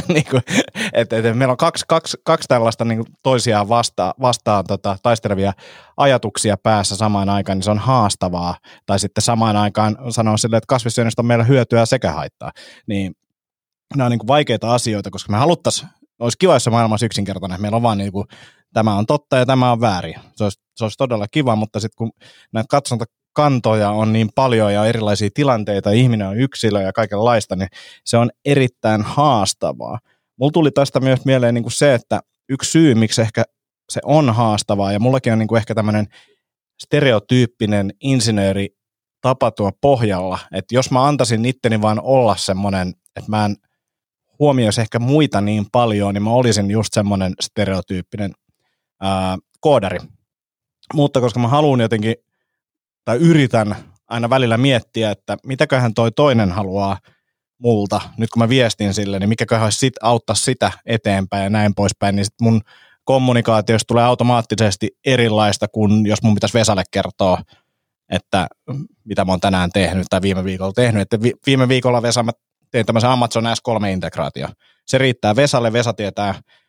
Meillä on kaksi tällaista niin kuin toisiaan vastaan taistelevia ajatuksia päässä samaan aikaan, niin se on haastavaa. Tai sitten samaan aikaan sanoa silleen, että kasvissyönnistä on meillä hyötyä sekä haittaa. Niin nämä on niin kuin vaikeita asioita, koska me haluttaisiin, olisi kiva, jos se maailma olisi yksinkertainen. Meillä on vaan niin kuin, tämä on totta ja tämä on väärin. Se olisi todella kiva, mutta sitten kun näitä katsontakantoja on niin paljon ja erilaisia tilanteita, ihminen on yksilö ja kaikenlaista, niin se on erittäin haastavaa. Mulla tuli tästä myös mieleen niin kuin se, että yksi syy, miksi ehkä se on haastavaa, ja mullakin on niin kuin ehkä tämmöinen stereotyyppinen insinööri tapa tuo pohjalla, että jos mä antaisin itteni vaan olla semmoinen, että mä en huomioisi ehkä muita niin paljon, niin mä olisin just semmoinen stereotyyppinen koodari. Mutta koska mä haluan jotenkin, tai yritän aina välillä miettiä, että mitäköhän toi toinen haluaa multa, nyt kun mä viestin sille, niin mikäköhän auttaa sitä eteenpäin ja näin poispäin, niin sit mun kommunikaatiosta tulee automaattisesti erilaista kuin jos mun pitäisi Vesalle kertoa, että mitä mä oon tänään tehnyt tai viime viikolla tehnyt. Että viime viikolla Vesa mä tein tämmöisen Amazon S3-integraatio. Se riittää Vesalle, Vesa tietää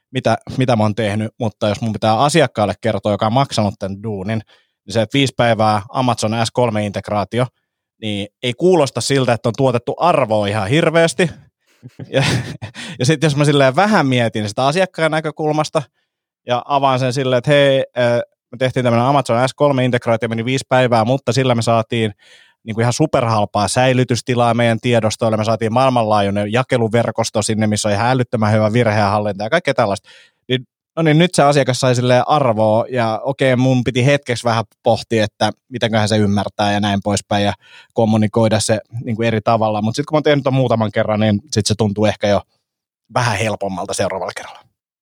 mitä mä oon tehnyt, mutta jos mun pitää asiakkaalle kertoa, joka on maksanut tämän duunin, niin se, että 5 päivää Amazon S3-integraatio, niin ei kuulosta siltä, että on tuotettu arvoa ihan hirveästi. Ja sitten jos mä silleen vähän mietin sitä asiakkaan näkökulmasta ja avaan sen silleen, että hei, me tehtiin tämmöinen Amazon S3-integraatio, meni 5 päivää, mutta sillä me saatiin niin kuin ihan superhalpaa säilytystilaa meidän tiedostoille, me saatiin maailmanlaajuinen jakeluverkosto sinne, missä on ihan älyttömän hyvä virheenhallinta ja kaikkea tällaista. No niin, nyt se asiakas sai silleen arvoa ja okei, mun piti hetkeksi vähän pohtia, että mitenköhän se ymmärtää ja näin poispäin ja kommunikoida se niin kuin eri tavalla, mutta sitten kun mä oon tehnyt ton muutaman kerran, niin sitten se tuntuu ehkä jo vähän helpommalta seuraavalla kerralla.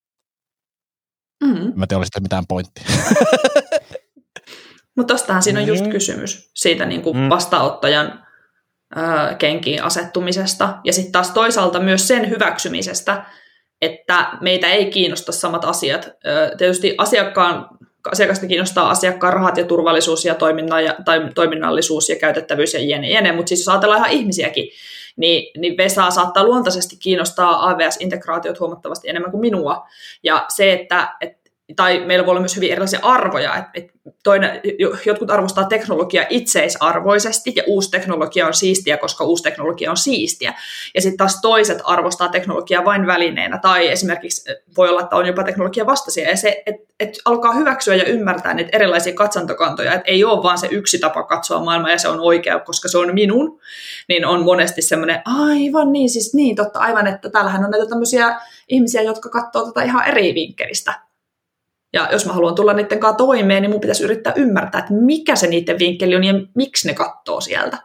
Mä en tiedä, oli sitten mitään pointtia. Mutta tostahan siinä on just kysymys siitä niin kuin vastaanottajan kenkiin asettumisesta ja sitten taas toisaalta myös sen hyväksymisestä, että meitä ei kiinnosta samat asiat. Tietysti asiakasta kiinnostaa asiakkaan rahat ja turvallisuus ja toiminnallisuus ja käytettävyys ja jne. Mutta siis jos ajatellaan ihan ihmisiäkin, niin Vesaa saattaa luontaisesti kiinnostaa AWS-integraatiot huomattavasti enemmän kuin minua. Ja se, tai meillä voi olla myös hyvin erilaisia arvoja. Jotkut arvostaa teknologiaa itseisarvoisesti ja uusi teknologia on siistiä, koska uusi teknologia on siistiä. Ja sitten taas toiset arvostaa teknologiaa vain välineenä tai esimerkiksi voi olla, että on jopa teknologia vastaisia. Ja se, että alkaa hyväksyä ja ymmärtää niitä erilaisia katsantokantoja, että ei ole vaan se yksi tapa katsoa maailmaa ja se on oikea, koska se on minun, niin on monesti semmoinen, aivan niin, siis niin, totta, aivan, että täällähän on näitä tämmöisiä ihmisiä, jotka katsoo tätä ihan eri vinkkelistä. Ja jos mä haluan tulla niiden kanssa toimeen, niin mun pitäisi yrittää ymmärtää, että mikä se niiden vinkkeli on ja miksi ne katsoo sieltä.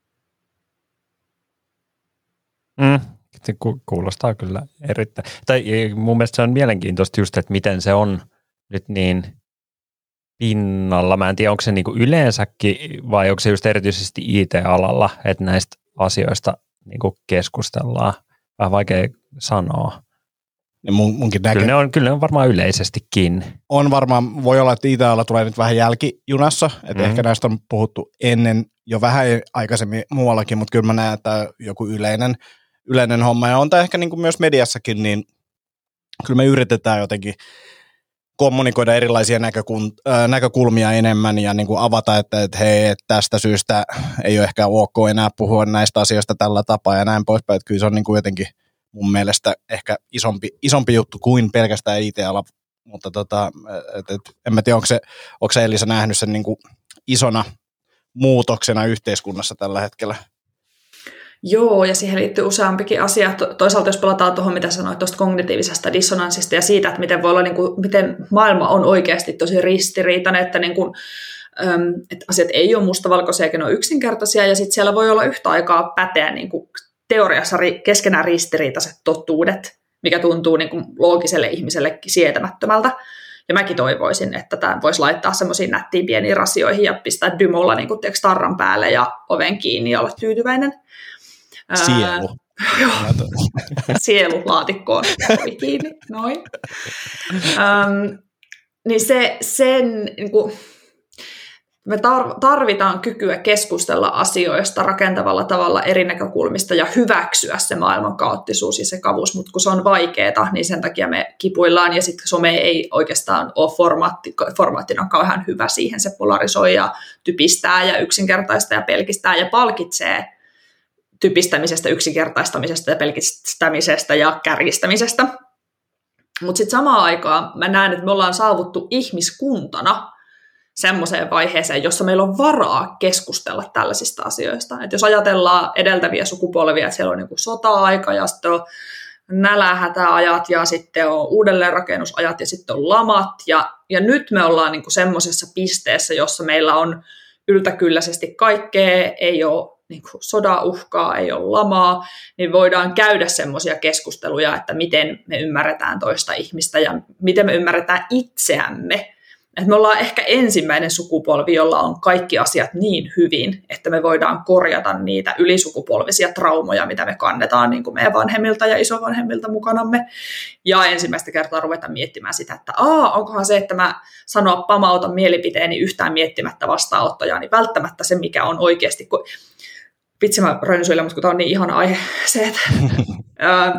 Se kuulostaa kyllä erittäin. Tai mun mielestä se on mielenkiintoista just, että miten se on nyt niin pinnalla. Mä en tiedä, onko se niin kuin yleensäkin vai onko se just erityisesti IT-alalla, että näistä asioista niin kuin keskustellaan. Vähän vaikea sanoa. Kyllä ne on varmaan yleisestikin. On varmaan, voi olla, että IT-ala tulee nyt vähän jälkijunassa, että ehkä näistä on puhuttu ennen jo vähän aikaisemmin muuallakin, mutta kyllä mä näen, että joku yleinen homma, ja on tämä ehkä niin kuin myös mediassakin, niin kyllä me yritetään jotenkin kommunikoida erilaisia näkökulmia enemmän ja niin kuin avata, että hei, tästä syystä ei ole ehkä ok enää puhua näistä asioista tällä tapaa ja näin poispäin, että kyllä se on niin kuin jotenkin mun mielestä ehkä isompi juttu kuin pelkästään IT-ala, mutta en mä tiedä, onko se Elisa nähnyt sen niin kuin isona muutoksena yhteiskunnassa tällä hetkellä? Joo, ja siihen liittyy useampikin asia. Toisaalta jos palataan tuohon, mitä sanoit tuosta kognitiivisesta dissonanssista ja siitä, että miten voi olla, niin kuin, miten maailma on oikeasti tosi ristiriitainen, että, niin kuin, että asiat ei ole mustavalkoisia eikä ne ole yksinkertaisia, ja sitten siellä voi olla yhtä aikaa päteä niin kuin teoriassa keskenään ristiriitaiset totuudet, mikä tuntuu niin kuin loogiselle ihmisellekin sietämättömältä. Ja mäkin toivoisin, että tämä voisi laittaa semmoisiin nättiin pieniin rasioihin ja pistää dymolla niin kuin tarran päälle ja oven kiinni ja olla tyytyväinen. Sielu. Sielu laatikkoon. Ovi kiinni, noin. Niin sen... Niin kuin, me tarvitaan kykyä keskustella asioista rakentavalla tavalla eri näkökulmista ja hyväksyä se maailman kaoottisuus ja sekavuus, mutta kun se on vaikeaa, niin sen takia me kipuillaan ja sitten some ei oikeastaan ole formaattina kauhean hyvä siihen, se polarisoi ja typistää ja yksinkertaista ja pelkistää ja palkitsee typistämisestä, yksinkertaistamisesta ja pelkistämisestä ja kärjistämisestä. Mutta sitten samaan aikaan mä näen, että me ollaan saavuttu ihmiskuntana semmoiseen vaiheeseen, jossa meillä on varaa keskustella tällaisista asioista. Et jos ajatellaan edeltäviä sukupolvia, että siellä on niin kuin sota-aika ja sitten on nälähätäajat ja sitten on uudelleenrakennusajat ja sitten on lamat. Ja nyt me ollaan niin kuin semmoisessa pisteessä, jossa meillä on yltäkylläisesti kaikkea, ei ole niin kuin sodan uhkaa, ei ole lamaa, niin voidaan käydä semmoisia keskusteluja, että miten me ymmärretään toista ihmistä ja miten me ymmärretään itseämme. Että me ollaan ehkä ensimmäinen sukupolvi, jolla on kaikki asiat niin hyvin, että me voidaan korjata niitä ylisukupolvisia traumoja, mitä me kannetaan niin kuin meidän vanhemmilta ja isovanhemmilta mukanamme. Ja ensimmäistä kertaa ruveta miettimään sitä, että onkohan se, että mä pamautan mielipiteeni yhtään miettimättä vastaanottajaa, niin välttämättä se, mikä on oikeasti, kun vitsi mä rönsyillä, mutta kun tämä on niin ihana aihe, se, että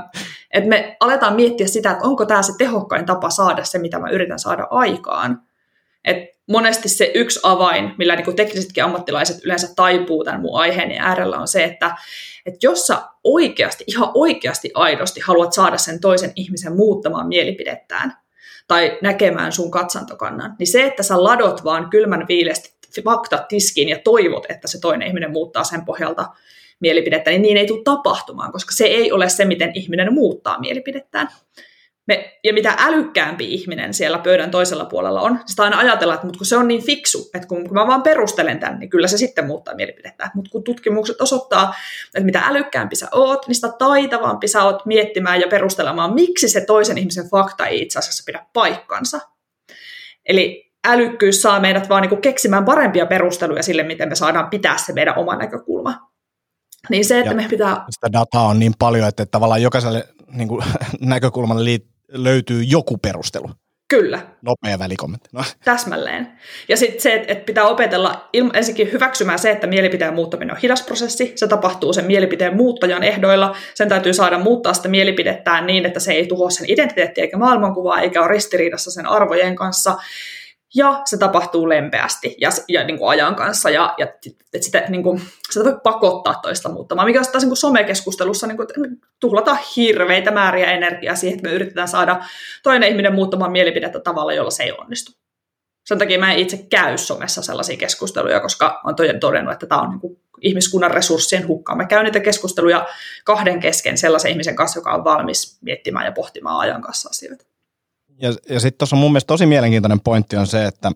Että me aletaan miettiä sitä, että onko tämä se tehokkain tapa saada se, mitä mä yritän saada aikaan. Et monesti se yksi avain, millä niin kuin teknisetkin ammattilaiset yleensä taipuu tämän mun aiheeni äärellä, on se, että jos sä oikeasti, ihan oikeasti aidosti haluat saada sen toisen ihmisen muuttamaan mielipidettään tai näkemään sun katsantokannan, niin se, että sä ladot vaan kylmän viileästi faktat tiskiin ja toivot, että se toinen ihminen muuttaa sen pohjalta mielipidettä, niin ei tule tapahtumaan, koska se ei ole se, miten ihminen muuttaa mielipidettään. Ja mitä älykkäämpi ihminen siellä pöydän toisella puolella on, sitä aina ajatellaan, että kun se on niin fiksu, että kun mä vaan perustelen tämän, niin kyllä se sitten muuttaa mielipidettä. Mutta kun tutkimukset osoittaa, että mitä älykkäämpi sä oot, niin sitä taitavampi sä oot miettimään ja perustelemaan, miksi se toisen ihmisen fakta ei itse asiassa pidä paikkansa. Eli älykkyys saa meidät vaan niin keksimään parempia perusteluja sille, miten me saadaan pitää se meidän oma näkökulma. Niin se, että me pitää... Sitä dataa on niin paljon, että tavallaan jokaiselle niin kuin, näkökulmalle löytyy joku perustelu. Kyllä. Nopea välikommentti. No. Täsmälleen. Ja sitten se, että pitää opetella ensinnäkin hyväksymään se, että mielipiteen muuttaminen on hidas prosessi. Se tapahtuu sen mielipiteen muuttajan ehdoilla. Sen täytyy saada muuttaa sitä mielipidettään niin, että se ei tuhoa sen identiteettiä eikä maailmankuvaa, eikä ole ristiriidassa sen arvojen kanssa. Ja se tapahtuu lempeästi ja niin kuin ajan kanssa, ja että sitä, niin kuin, sitä voi pakottaa toista muuttamaan, mikä on taas niin kuin somekeskustelussa, niin kuin, että me tuhlataan hirveitä määriä energiaa siihen, että me yritetään saada toinen ihminen muuttamaan mielipidettä tavalla, jolla se ei onnistu. Sen takia mä en itse käy somessa sellaisia keskusteluja, koska olen todennut, että tämä on niin kuin ihmiskunnan resurssien hukkaa. Mä käyn niitä keskusteluja kahden kesken sellaisen ihmisen kanssa, joka on valmis miettimään ja pohtimaan ajan kanssa asioita. Ja sitten tuossa on mun mielestä tosi mielenkiintoinen pointti on se, että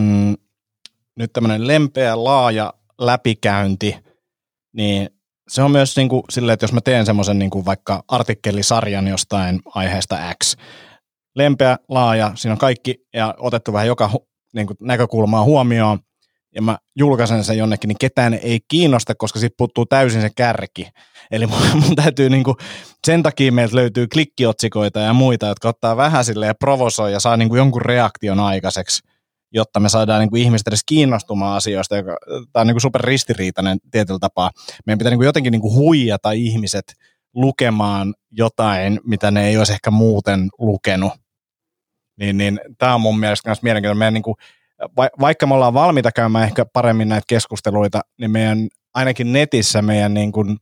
nyt tämmöinen lempeä, laaja läpikäynti, niin se on myös niin kuin silleen, että jos mä teen semmoisen niin kuin vaikka artikkelisarjan jostain aiheesta X, lempeä, laaja, siinä on kaikki ja otettu vähän joka niin kuin näkökulmaa huomioon, ja mä julkaisen sen jonnekin, niin ketään ei kiinnosta, koska siitä puuttuu täysin se kärki. Eli mun täytyy niinku, sen takia meiltä löytyy klikkiotsikoita ja muita, jotka ottaa vähän silleen ja provosoi ja saa niinku jonkun reaktion aikaiseksi, jotta me saadaan niinku ihmiset edes kiinnostumaan asioista. Tämä on niinku superristiriitainen tietyllä tapaa. Meidän pitää niinku jotenkin niinku huijata ihmiset lukemaan jotain, mitä ne ei olisi ehkä muuten lukenut. Niin tämä on mun mielestä myös mielenkiintoinen. Meidän niinku, vaikka me ollaan valmiita käymään ehkä paremmin näitä keskusteluita, niin meidän ainakin netissä meidän niin kuin,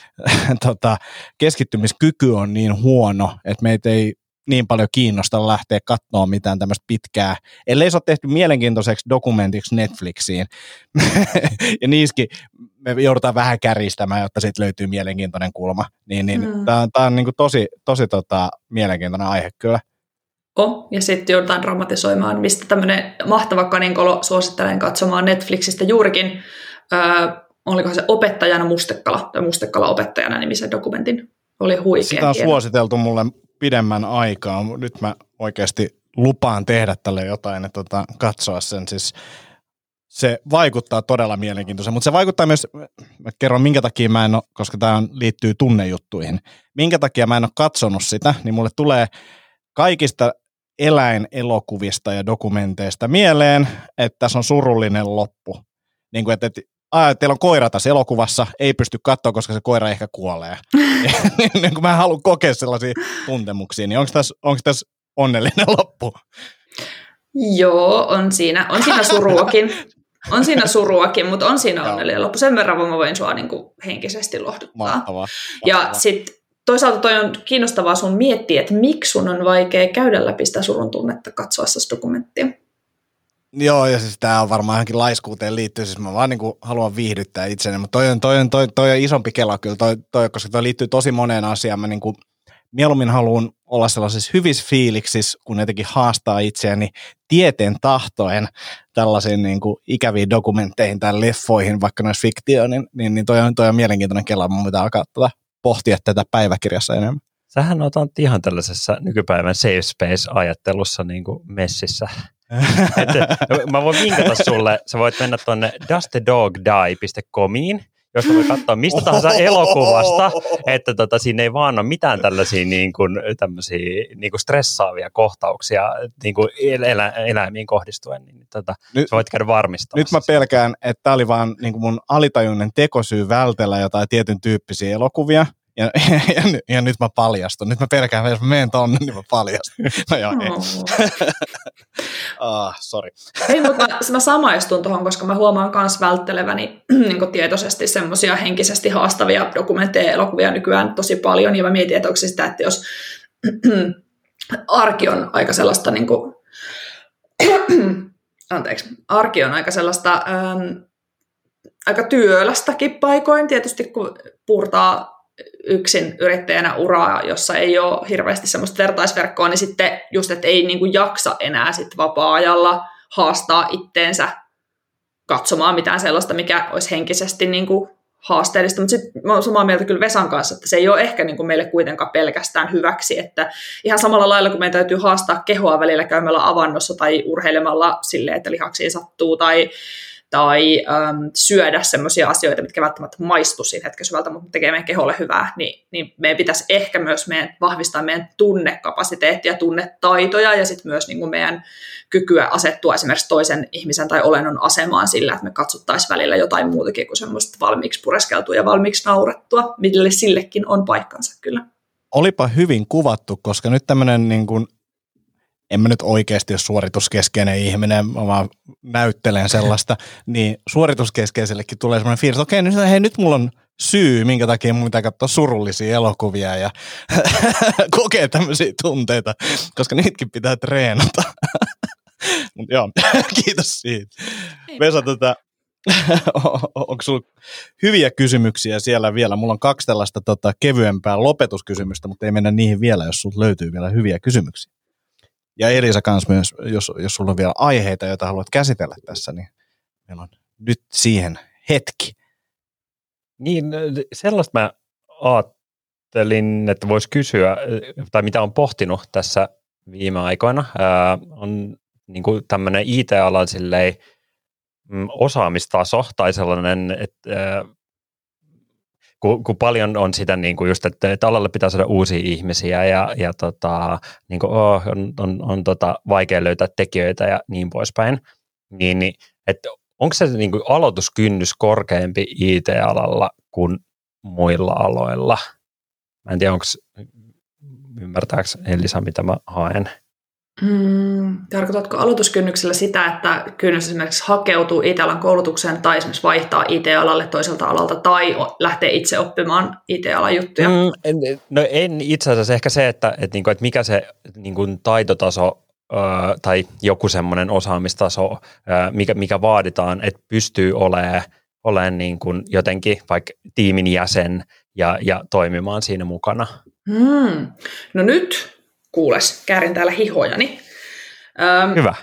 keskittymiskyky on niin huono, että meitä ei niin paljon kiinnosta lähteä katsoa mitään tämmöistä pitkää, ellei se ole tehty mielenkiintoiseksi dokumentiksi Netflixiin. Ja niissäkin me joudutaan vähän käristämään, jotta siitä löytyy mielenkiintoinen kulma. Tämä on niin kuin tosi mielenkiintoinen aihe kyllä. Ja sitten joudutaan dramatisoimaan, mistä tämmöinen mahtava kaninkolo suosittelen katsomaan Netflixistä juurikin, olikohan se opettajana Mustekala, tai Mustekala opettajana nimisen dokumentin. Oli huikea. Sitä on suositeltu mulle pidemmän aikaa. Nyt mä oikeasti lupaan tehdä tälle jotain, että katsoa sen. Siis se vaikuttaa todella mielenkiintoisen, mutta se vaikuttaa myös, mä kerron minkä takia mä en ole, koska tämä liittyy tunnejuttuihin, minkä takia mä en ole katsonut sitä, niin mulle tulee kaikista eläinelokuvista ja dokumenteista mieleen, että tässä on surullinen loppu. Niin kuin, että teillä on koira tässä elokuvassa, ei pysty katsoa, koska se koira ehkä kuolee. Niin kuin mä haluan kokea sellaisia tuntemuksia, niin onko tässä onnellinen loppu? Joo, on siinä suruakin. On siinä suruakin, mutta on siinä onnellinen loppu. Sen verran mä voin sua niin kuin henkisesti lohduttaa. Mahtavaa. Ja sitten toisaalta toi on kiinnostavaa sun miettiä, että miksi sun on vaikea käydä läpi sitä surun tunnetta katsoessa dokumenttia. Joo, ja siis tämä on varmaan johonkin laiskuuteen liittyy, siis mä vaan niin kuin haluan viihdyttää itseni, mutta toi on isompi kela kyllä, koska toi liittyy tosi moneen asiaan. Mä niin kuin mieluummin haluan olla sellaisissa hyvissä fiiliksissä, kun jotenkin haastaa itseäni tieteen tahtoen tällaisiin niin kuin ikäviin dokumentteihin tai leffoihin, vaikka ne olisi fiktio, niin toi on mielenkiintoinen kela, mun pitää alkaa pohtia tätä päiväkirjassa enemmän. Sähän otat ihan tällaisessa nykypäivän safe space-ajattelussa niin kuin messissä. Mä voin vinkata sulle, sä voit mennä tuonne doesthedogdie.comiin, josta voi katsoa mistä tahansa elokuvasta, että siinä ei vaan ole mitään tällaisia niin kuin stressaavia kohtauksia niin kuin eläimiin kohdistuen, niin sä voit käydä varmistamassa. Nyt mä pelkään, että tää oli vaan niin kuin mun alitajuinen tekosyy vältellä jotain tietyn tyyppisiä elokuvia, Ja nyt mä paljastun. Nyt mä pelkään, jos mä menen tonne, niin mä paljastun. No joo, ei. Sorry. Ei, mutta mä samaistun tuohon, koska mä huomaan myös vältteleväni niin tietoisesti semmoisia henkisesti haastavia dokumentteja ja elokuvia nykyään tosi paljon. Ja mä mietin, että onko se sitä, että jos arki on aika sellaista, niin kuin, arki on aika sellaista aika työlästäkin paikoin, tietysti kun puurtaa yksin yrittäjänä uraa, jossa ei ole hirveästi semmoista vertaisverkkoa, niin sitten just, että ei niin kuin jaksa enää sit vapaa-ajalla haastaa itteensä katsomaan mitään sellaista, mikä olisi henkisesti niin kuin haasteellista. Mutta sitten mä olen samaa mieltä kyllä Vesan kanssa, että se ei ole ehkä niin kuin meille kuitenkaan pelkästään hyväksi, että ihan samalla lailla, kun meidän täytyy haastaa kehoa välillä käymällä avannossa tai urheilemalla silleen, että lihaksiin sattuu tai syödä semmoisia asioita, mitkä välttämättä maistu siinä hetkessä hyvältä, mutta tekee meidän keholle hyvää, niin meidän pitäisi ehkä myös vahvistaa meidän tunnekapasiteettia, tunnetaitoja ja sitten myös niin kuin meidän kykyä asettua esimerkiksi toisen ihmisen tai olennon asemaan sillä, että me katsottaisiin välillä jotain muutakin kuin semmoista valmiiksi pureskeltua ja valmiiksi naurettua, mille sillekin on paikkansa kyllä. Olipa hyvin kuvattu, koska nyt tämmöinen niin kuin en mä nyt oikeasti ole suorituskeskeinen ihminen, mä vaan näyttelen sellaista, niin suorituskeskeisellekin tulee semmoinen fiilis, että okei, nyt mulla on syy, minkä takia mun pitää katsoa surullisia elokuvia ja kokea tämmöisiä tunteita, koska niitäkin pitää treenata. Mut joo, kiitos siitä. Vesa, onko sulla hyviä kysymyksiä siellä vielä? Mulla on 2 tällaista kevyempää lopetuskysymystä, mutta ei mennä niihin vielä, jos sulta löytyy vielä hyviä kysymyksiä. Ja Elisa kanssa myös, jos sulla on vielä aiheita, joita haluat käsitellä tässä, niin meillä on nyt siihen hetki. Niin, sellaista mä ajattelin, että voisi kysyä, tai mitä on pohtinut tässä viime aikoina, on niin kuin tämmöinen IT-alan silleen osaamistaso, tai sellainen, että kun paljon on sitä niin kuin just, että alalle pitää saada uusia ihmisiä ja niin kuin, on vaikea löytää tekijöitä ja niin poispäin, niin että onko se niin kuin aloituskynnys korkeampi IT-alalla kuin muilla aloilla? Mä en tiedä, ymmärtääkö Elisa, mitä mä haen? Tarkoitatko aloituskynnyksellä sitä, että kynnys esimerkiksi hakeutuu IT-alan koulutukseen tai esimerkiksi vaihtaa IT-alalle toiselta alalta tai lähtee itse oppimaan IT-alan juttuja? No en itse asiassa ehkä se, että mikä se niin kuin taitotaso tai joku semmoinen osaamistaso, mikä vaaditaan, että pystyy olemaan niin kuin jotenkin vaikka tiimin jäsen ja toimimaan siinä mukana. No nyt kuules, käärin täällä hihojani. Hyvä.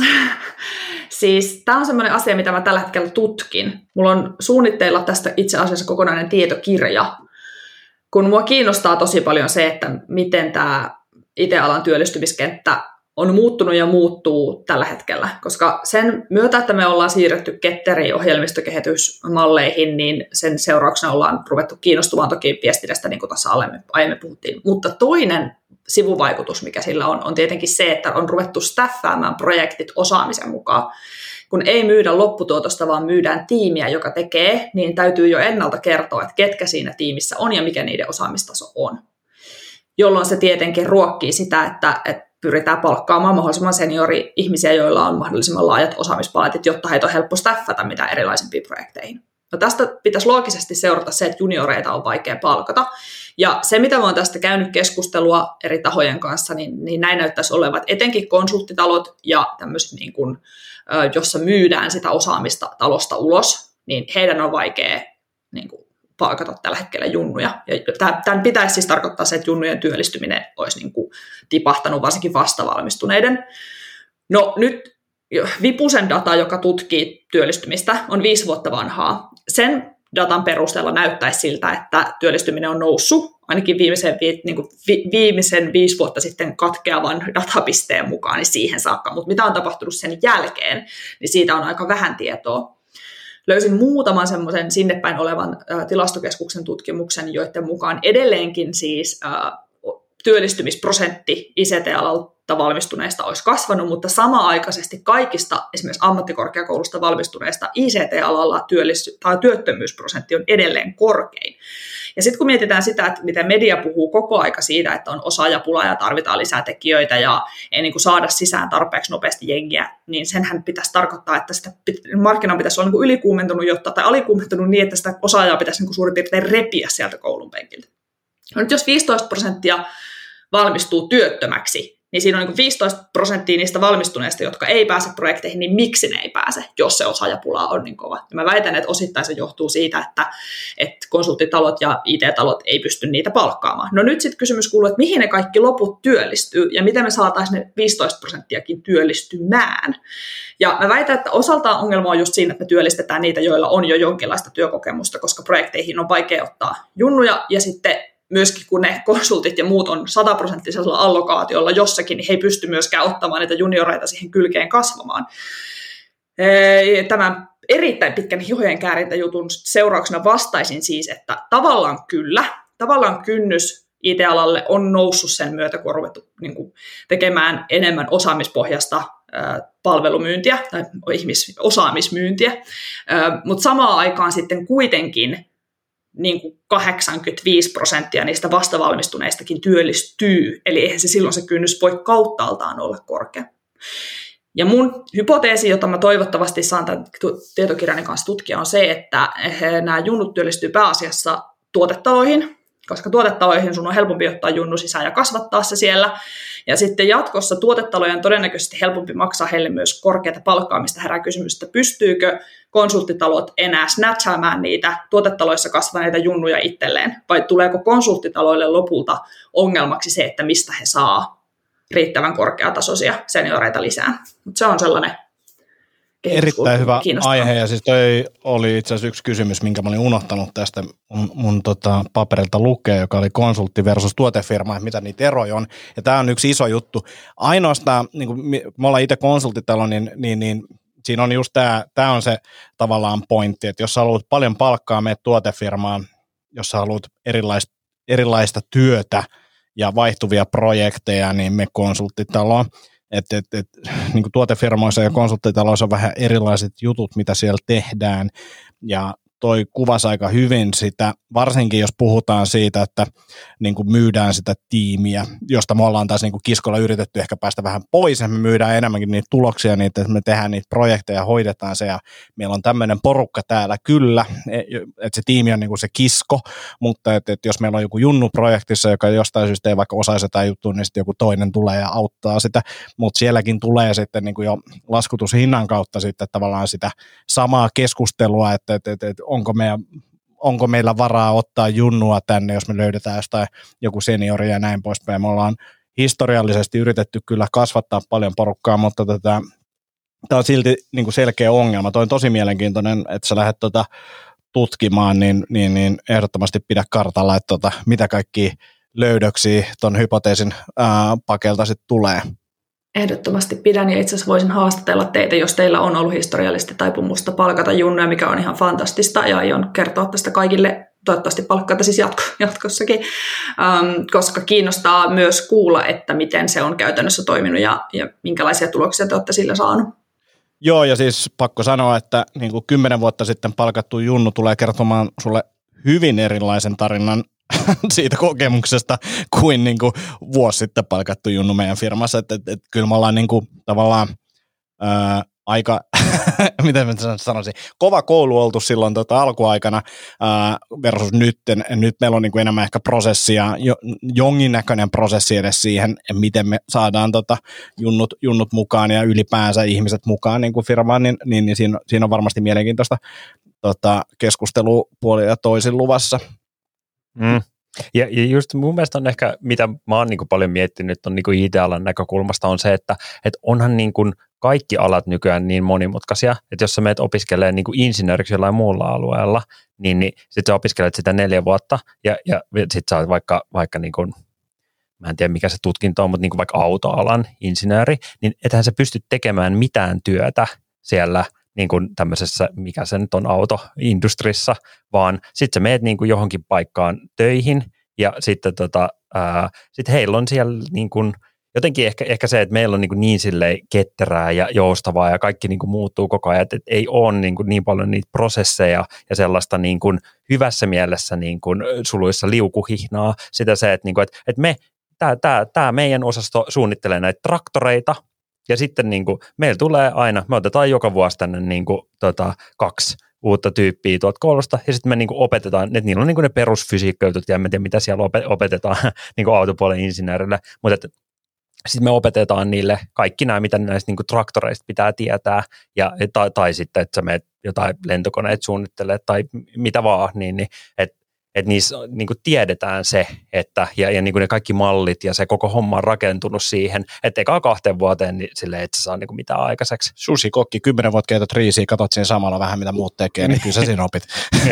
Siis tämä on semmoinen asia, mitä mä tällä hetkellä tutkin. Mulla on suunnitteilla tästä itse asiassa kokonainen tietokirja, kun mua kiinnostaa tosi paljon se, että miten tämä IT-alan työllistymiskenttä on muuttunut ja muuttuu tällä hetkellä, koska sen myötä, että me ollaan siirretty ketteriin ohjelmistokehitysmalleihin, niin sen seurauksena ollaan ruvettu kiinnostumaan toki viestinnästä, niin kuin tässä aiemmin puhuttiin. Mutta toinen sivuvaikutus, mikä sillä on tietenkin se, että on ruvettu staffaamaan projektit osaamisen mukaan. Kun ei myydä lopputuotosta, vaan myydään tiimiä, joka tekee, niin täytyy jo ennalta kertoa, että ketkä siinä tiimissä on ja mikä niiden osaamistaso on. Jolloin se tietenkin ruokkii sitä, että pyritään palkkaamaan mahdollisimman seniori-ihmisiä, joilla on mahdollisimman laajat osaamispaletit, jotta heitä on helppo staffata mitä erilaisimpiin projekteihin. No tästä pitäisi loogisesti seurata se, että junioreita on vaikea palkata. Ja se, mitä mä oon tästä käynyt keskustelua eri tahojen kanssa, niin näin näyttäisi olevan, etenkin konsulttitalot ja tämmöiset, niin kuin, jossa myydään sitä osaamista talosta ulos, niin heidän on vaikea niin kuin, palkata tällä hetkellä junnuja. Ja tämän pitäisi siis tarkoittaa se, että junnujen työllistyminen olisi niin kuin tipahtanut varsinkin vastavalmistuneiden. No nyt Vipusen data, joka tutkii työllistymistä, on 5 vuotta vanhaa. Sen datan perusteella näyttäisi siltä, että työllistyminen on noussut ainakin viimeisen 5 vuotta sitten katkeavan datapisteen mukaan niin siihen saakka. Mutta mitä on tapahtunut sen jälkeen, niin siitä on aika vähän tietoa. Löysin muutaman semmoisen sinne päin olevan tilastokeskuksen tutkimuksen, joiden mukaan edelleenkin siis työllistymisprosentti ICT-alalla valmistuneista olisi kasvanut, mutta samaaikaisesti kaikista esimerkiksi ammattikorkeakoulusta valmistuneista ICT-alalla työttömyysprosentti on edelleen korkein. Ja sitten kun mietitään sitä, että miten media puhuu koko aika siitä, että on osaajapula ja tarvitaan lisää tekijöitä ja ei niin kuin saada sisään tarpeeksi nopeasti jengiä, niin senhän pitäisi tarkoittaa, että sitä markkinan pitäisi olla niin kuin ylikuumentunut tai alikuumentunut niin, että sitä osaajaa pitäisi niin kuin suurin piirtein repiä sieltä koulun penkiltä. No nyt jos 15% valmistuu työttömäksi, niin siinä on niin 15% niistä valmistuneista, jotka ei pääse projekteihin, niin miksi ne ei pääse, jos se osaajapula on niin kova? Ja mä väitän, että osittain se johtuu siitä, että konsulttitalot ja IT-talot ei pysty niitä palkkaamaan. No nyt sitten kysymys kuuluu, että mihin ne kaikki loput työllistyy ja miten me saataisiin ne 15% työllistymään. Ja mä väitän, että osaltaan ongelma on just siinä, että me työllistetään niitä, joilla on jo jonkinlaista työkokemusta, koska projekteihin on vaikea ottaa junnuja ja sitten myöskin kun ne konsultit ja muut on 100% allokaatiolla jossakin, niin he ei pysty myöskään ottamaan niitä junioreita siihen kylkeen kasvamaan. Tämän erittäin pitkän hihojen käärintäjutun seurauksena vastaisin siis, että tavallaan kynnys IT-alalle on noussut sen myötä, kun on ruvettu niin kuin tekemään enemmän osaamispohjasta palvelumyyntiä tai osaamismyyntiä, mutta samaan aikaan sitten kuitenkin niin kuin 85% niistä vastavalmistuneistakin työllistyy, eli eihän se silloin se kynnys voi kauttaaltaan olla korkea. Ja mun hypoteesi, jota mä toivottavasti saan tämän tietokirjani kanssa tutkia, on se, että nämä junnut työllistyy pääasiassa tuotetaloihin, koska tuotetaloihin sun on helpompi ottaa junnu sisään ja kasvattaa se siellä. Ja sitten jatkossa tuotetalojen on todennäköisesti helpompi maksaa heille myös korkeata palkkaa, mistä herää kysymys, että pystyykö konsulttitalot enää snatchaamaan niitä tuotetaloissa kasvaneita junnuja itselleen, vai tuleeko konsulttitaloille lopulta ongelmaksi se, että mistä he saa riittävän korkeatasoisia senioreita lisää. Mutta se on sellainen erittäin hyvä aihe, ja siis toi oli itse asiassa yksi kysymys, minkä mä olin unohtanut tästä mun paperilta lukea, joka oli konsultti versus tuotefirma, että mitä niitä eroja on, ja tämä on yksi iso juttu. Ainoastaan, niin kun me ollaan itse konsulttitalo, niin siinä on just tämä on se tavallaan pointti, että jos sä haluat paljon palkkaa meet tuotefirmaan, jos sä haluat erilaista työtä ja vaihtuvia projekteja, niin me konsulttitaloon. Niin kuin tuotefirmoissa ja konsulttitaloissa on vähän erilaiset jutut, mitä siellä tehdään, ja toi kuvasi aika hyvin sitä, varsinkin jos puhutaan siitä, että niin kuin myydään sitä tiimiä, josta me ollaan taas niin kuin kiskolla yritetty ehkä päästä vähän pois, ja me myydään enemmänkin niitä tuloksia, että me tehdään niitä projekteja, hoidetaan se, ja meillä on tämmöinen porukka täällä kyllä, että se tiimi on niin kuin se kisko, mutta että jos meillä on joku junnu projektissa, joka jostain syystä ei vaikka osaisi jotain juttua, niin sitten joku toinen tulee ja auttaa sitä, mutta sielläkin tulee sitten niin kuin jo laskutushinnan kautta sitten tavallaan sitä samaa keskustelua, että onko meillä varaa ottaa junnua tänne, jos me löydetään jostain joku seniori ja näin poispäin. Me ollaan historiallisesti yritetty kyllä kasvattaa paljon porukkaa, mutta tämä on silti niin kuin selkeä ongelma. Toi on tosi mielenkiintoinen, että sä lähdet tutkimaan, niin ehdottomasti pidä kartalla, että mitä kaikkia löydöksiä ton hypoteesin pakelta sitten tulee. Ehdottomasti pidän, ja itse asiassa voisin haastatella teitä, jos teillä on ollut historiallisesti taipumusta palkata junnoja, mikä on ihan fantastista, ja aion kertoa tästä kaikille, toivottavasti palkkata siis jatkossakin, koska kiinnostaa myös kuulla, että miten se on käytännössä toiminut ja minkälaisia tuloksia te olette sillä saanut. Joo, ja siis pakko sanoa, että niin kuin 10 vuotta sitten palkattu junnu tulee kertomaan sulle hyvin erilaisen tarinan siitä kokemuksesta kuin vuosi sitten palkattu junnu meidän firmassa, että kyllä me ollaan tavallaan aika, miten mä sanoisin, kova koulu oltu silloin alkuaikana versus nyt meillä on enemmän ehkä prosessia, jonkinnäköinen prosessi edes siihen, miten me saadaan junnut mukaan ja ylipäänsä ihmiset mukaan firmaan, niin siinä on varmasti mielenkiintoista keskustelua puolin ja toisin luvassa. Mm. Ja just mun mielestä on ehkä, mitä mä oon paljon miettinyt on IT-alan näkökulmasta, on se, että onhan kaikki alat nykyään niin monimutkaisia, että jos sä menet opiskelemaan insinööriksi jollain muulla alueella, niin sit sä opiskelet sitä 4 vuotta, ja sit sä oot vaikka mä en tiedä mikä se tutkinto on, mutta vaikka autoalan insinööri, niin ethän sä pysty tekemään mitään työtä siellä tämmöisessä, mikä se nyt on autoindustrissa, vaan sitten sä meet johonkin paikkaan töihin, ja sitten sit heillä on siellä jotenkin ehkä se, että meillä on niin silleen ketterää ja joustavaa ja kaikki niin kuin muuttuu koko ajan, että ei ole niin paljon niitä prosesseja ja sellaista niin kuin hyvässä mielessä niin kuin suluissa liukuhihnaa, sitä se, että, niin kuin, että me, tämä meidän osasto suunnittelee näitä traktoreita ja sitten niin kuin, meillä tulee aina, me otetaan joka vuosi tänne niin kuin, 2 uutta tyyppiä tuolta koulusta, ja sitten me niinku opetetaan, että niillä on niinku ne perusfysiikkajutut, ja en tiedä, mitä siellä opetetaan niinku autopuolen insinöörille, mutta sitten me opetetaan niille kaikki nämä, mitä näistä niinku traktoreista pitää tietää, tai sitten, että sä menet jotain lentokoneita suunnittelee, tai mitä vaan, niin että niissä niinku tiedetään se, että, ja niinku ne kaikki mallit, ja se koko homma on rakentunut siihen, että ekaa 2 vuoteen, niin silleen, et sä saa niinku mitään aikaiseksi. Susi, kokki, 10 vuotta keitot riisiä, katot siinä samalla vähän, mitä muut tekee, niin kyllä sä siinä opit.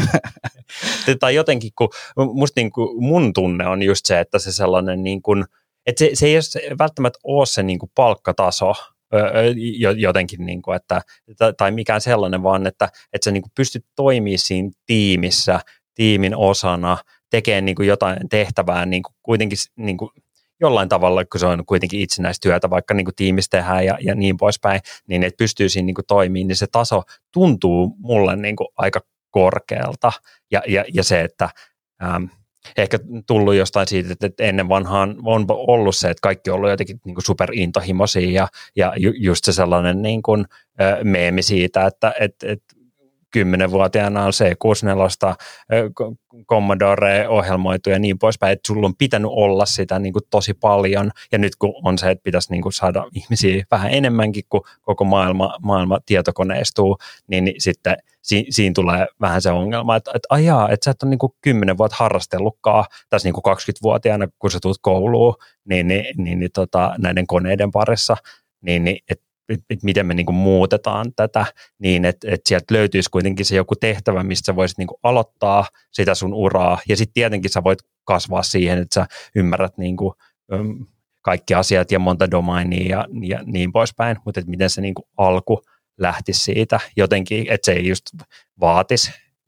Tai jotenkin, kun musta niinku mun tunne on just se, että se sellainen, niinku, että se ei välttämättä ole se niinku palkkataso, jotenkin, niin kuin, että, tai mikään sellainen, vaan että sä niin kuin pystyt toimimaan siinä tiimissä, tiimin osana, tekemään niin kuin jotain tehtävää niin kuin kuitenkin niin kuin jollain tavalla, kun se on kuitenkin itsenäistä työtä, vaikka niin kuin tiimissä tehdään ja niin poispäin, niin että pystyy siinä niin kuin toimimaan, niin se taso tuntuu mulle niin kuin aika korkealta. Ja se, että ehkä tullut jostain siitä, että ennen vanhaan on ollut se, että kaikki on ollut jotenkin niin kuin superintohimoisia ja just se sellainen niin kuin meemi siitä, että 10-vuotiaana on C64, Commodore ohjelmoitu ja niin poispäin, että sulla on pitänyt olla sitä niin kuin tosi paljon, ja nyt kun on se, että pitäisi niin kuin saada ihmisiä vähän enemmänkin, kun koko maailma tietokoneistuu, niin sitten siinä tulee vähän se ongelma, että sä et ole niin kuin 10 vuotta harrastellutkaan tässä niin kuin 20-vuotiaana, kun sä tulet kouluun, näiden koneiden parissa, että miten me niinku muutetaan tätä niin, että sieltä löytyisi kuitenkin se joku tehtävä, mistä sä voisit niinku aloittaa sitä sun uraa, ja sitten tietenkin sä voit kasvaa siihen, että sä ymmärrät niinku, kaikki asiat ja monta domainia ja niin poispäin, mutta miten se niinku alku lähtisi siitä jotenkin, että se ei just vaatisi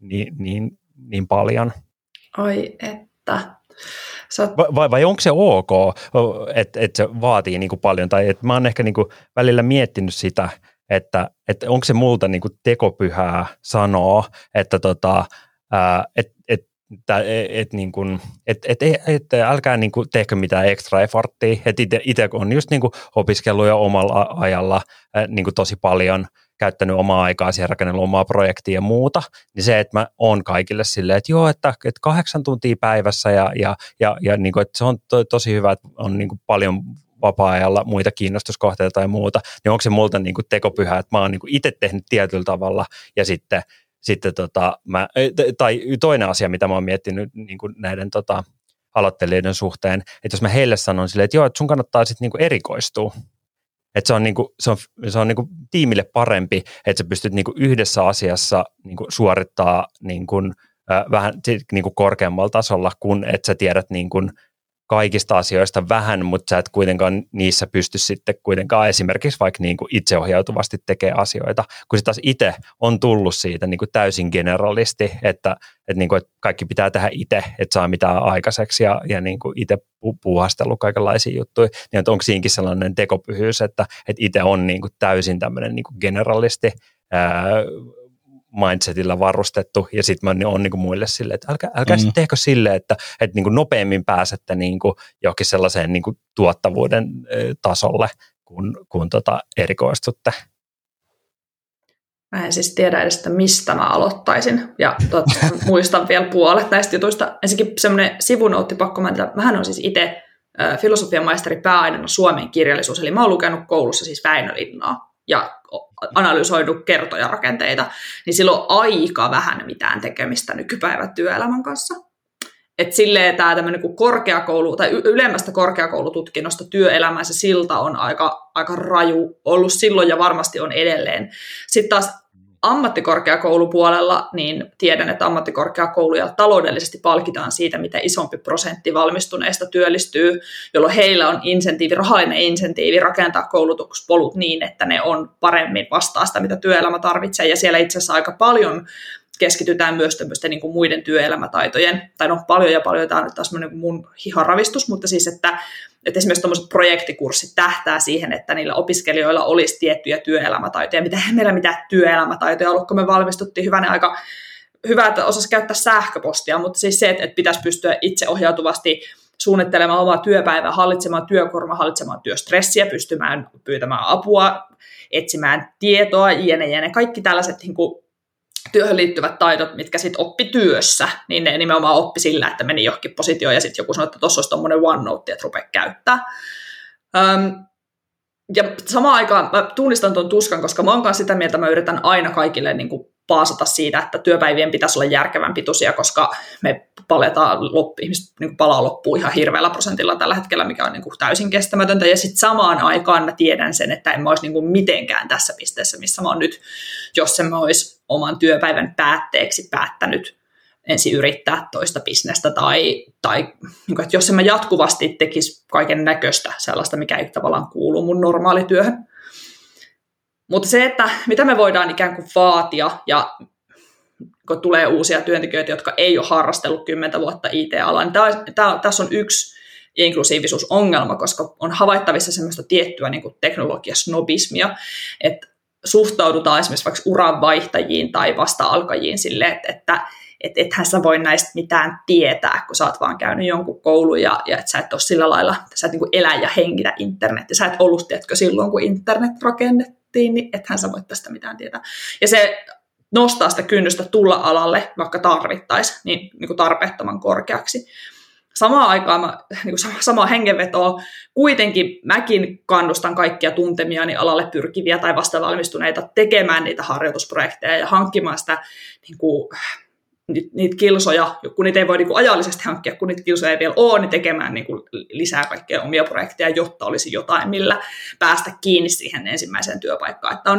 niin paljon. Ai että... Vai onko se ok, että se vaatii niinku paljon, tai että mä oon ehkä niinku välillä miettinyt sitä, että onko se multa niinku tekopyhää sanoa, että älkää niinku tehkö mitään extra efforttia, että itse on just niinku opiskellut jo omalla ajalla niinku tosi paljon, käyttänyt omaa aikaa siihen, rakennellut omaa projektia ja muuta, niin se, että mä oon kaikille silleen, että joo, että 8 tuntia päivässä ja niin kuin, että se on tosi hyvä, että on niin kuin paljon vapaa-ajalla muita kiinnostuskohteita tai muuta, niin onko se multa niin kuin tekopyhä, että mä oon niin kuin itse tehnyt tietyllä tavalla ja sitten tai toinen asia, mitä mä oon miettinyt niin kuin näiden aloittelijoiden suhteen, että jos mä heille sanon silleen, että joo, että sun kannattaa sitten niin kuin erikoistua, että se on niinku tiimille parempi, että sä pystyt niinku yhdessä asiassa niinku suorittaa niinku, vähän niinku korkeammalla tasolla, kun et sä tiedät niinku kaikista asioista vähän, mutta sä et kuitenkaan niissä pysty sitten kuitenkaan esimerkiksi vaikka niinku itseohjautuvasti tekemään asioita, kun se taas itse on tullut siitä niinku täysin generalisti, että kaikki pitää tehdä itse, että saa mitään aikaiseksi ja niinku itse puuhastellut kaikenlaisia juttuja, niin onko siinäkin sellainen tekopyhyys, että itse on niinku täysin tämmöinen niinku generalisti mindsetillä varustettu, ja sitten mä oon niinku muille silleen, että älkää sitten tehkö silleen, että niinku nopeammin pääsette niinku johonkin sellaiseen niinku tuottavuuden tasolle, kun erikoistutte. Mä en siis tiedä edes, että mistä mä aloittaisin, ja muistan vielä puolet näistä jutuista. Ensinnäkin semmoinen sivunoutti pakko mainita, mähän on siis itse filosofian maisteri pääaineena suomen kirjallisuus, eli mä oon lukenut koulussa siis Väinö Linnaa, ja analysoinut kertoja rakenteita, niin sillä on aika vähän mitään tekemistä nykypäivän työelämän kanssa. Että silleen tämä tämmöinen korkeakoulu, tai ylemmästä korkeakoulututkinnosta työelämään se silta on aika raju ollut silloin ja varmasti on edelleen. Sitten taas ammattikorkeakoulupuolella, niin tiedän, että ammattikorkeakouluja taloudellisesti palkitaan siitä, mitä isompi prosentti valmistuneista työllistyy, jolloin heillä on rahallinen insentiivi rakentaa koulutuspolut niin, että ne on paremmin vastaa sitä, mitä työelämä tarvitsee. Ja siellä itse asiassa aika paljon keskitytään myös tämmöisten niin kuin muiden työelämätaitojen, tai no paljon, tämä on nyt taas mun hiharavistus, mutta siis, että esimerkiksi tuommoiset projektikurssit tähtää siihen, että niillä opiskelijoilla olisi tiettyjä työelämätaitoja. Mitä meillä mitään työelämätaitoja ollut, kun me valmistuttiin aika hyvä, että osasi käyttää sähköpostia, mutta siis se, että pitäisi pystyä itseohjautuvasti suunnittelemaan omaa työpäivää, hallitsemaan työkuormaa, hallitsemaan työstressiä, pystymään pyytämään apua, etsimään tietoa, jne. Kaikki tällaiset niin kuin työhön liittyvät taidot, mitkä sitten oppi työssä, niin ne nimenomaan oppi sillä, että meni johonkin positioon ja sitten joku sanoi, että tuossa olisi tuommoinen OneNote, että rupea käyttää. Ja samaan aikaan mä tunnistan tuon tuskan, koska mä oon sitä mieltä, mä yritän aina kaikille niin kuin paasata siitä, että työpäivien pitäisi olla järkevän pituisia, koska me ihmiset niin kuin palaa loppuun ihan hirveällä prosentilla tällä hetkellä, mikä on niin kuin täysin kestämätöntä. Ja sitten samaan aikaan mä tiedän sen, että en mä olisi niin kuin mitenkään tässä pisteessä, missä mä oon nyt, jos en mä olisi oman työpäivän päätteeksi päättänyt ensin yrittää toista bisnestä tai niin kuin, että jos en mä jatkuvasti tekisi kaiken näköistä sellaista, mikä ei tavallaan kuulu mun normaalityöhön. Mutta se, että mitä me voidaan ikään kuin vaatia, ja kun tulee uusia työntekijöitä, jotka ei ole harrastellut 10 vuotta IT-alaa, niin tässä on yksi inklusiivisuusongelma, koska on havaittavissa semmoista tiettyä niin kuin teknologiasnobismia, että suhtaudutaan esimerkiksi vaikka uranvaihtajiin tai vasta-alkajiin silleen, että ethän sä voi näistä mitään tietää, kun sä oot vaan käynyt jonkun koulun ja että sä et ole sillä lailla, sä et niin kuin elä ja hengitä internet, ja sä et ollut, tiedätkö, silloin kun internet rakennettiin, niin ethän sä voi tästä mitään tietää. Ja se nostaa sitä kynnystä tulla alalle, vaikka tarvittaisiin, niin kuin tarpeettoman korkeaksi. Samaan aikaan, samaa hengenvetoa, kuitenkin mäkin kannustan kaikkia tuntemiani alalle pyrkiviä tai vastavalmistuneita tekemään niitä harjoitusprojekteja ja hankkimaan sitä niin kuin, niitä kilsoja, kun niitä ei voi niin kuin ajallisesti hankkia, kun niitä kilsoja ei vielä ole, niin tekemään niin kuin lisää kaikkea omia projekteja, jotta olisi jotain, millä päästä kiinni siihen ensimmäiseen työpaikkaan. Tämä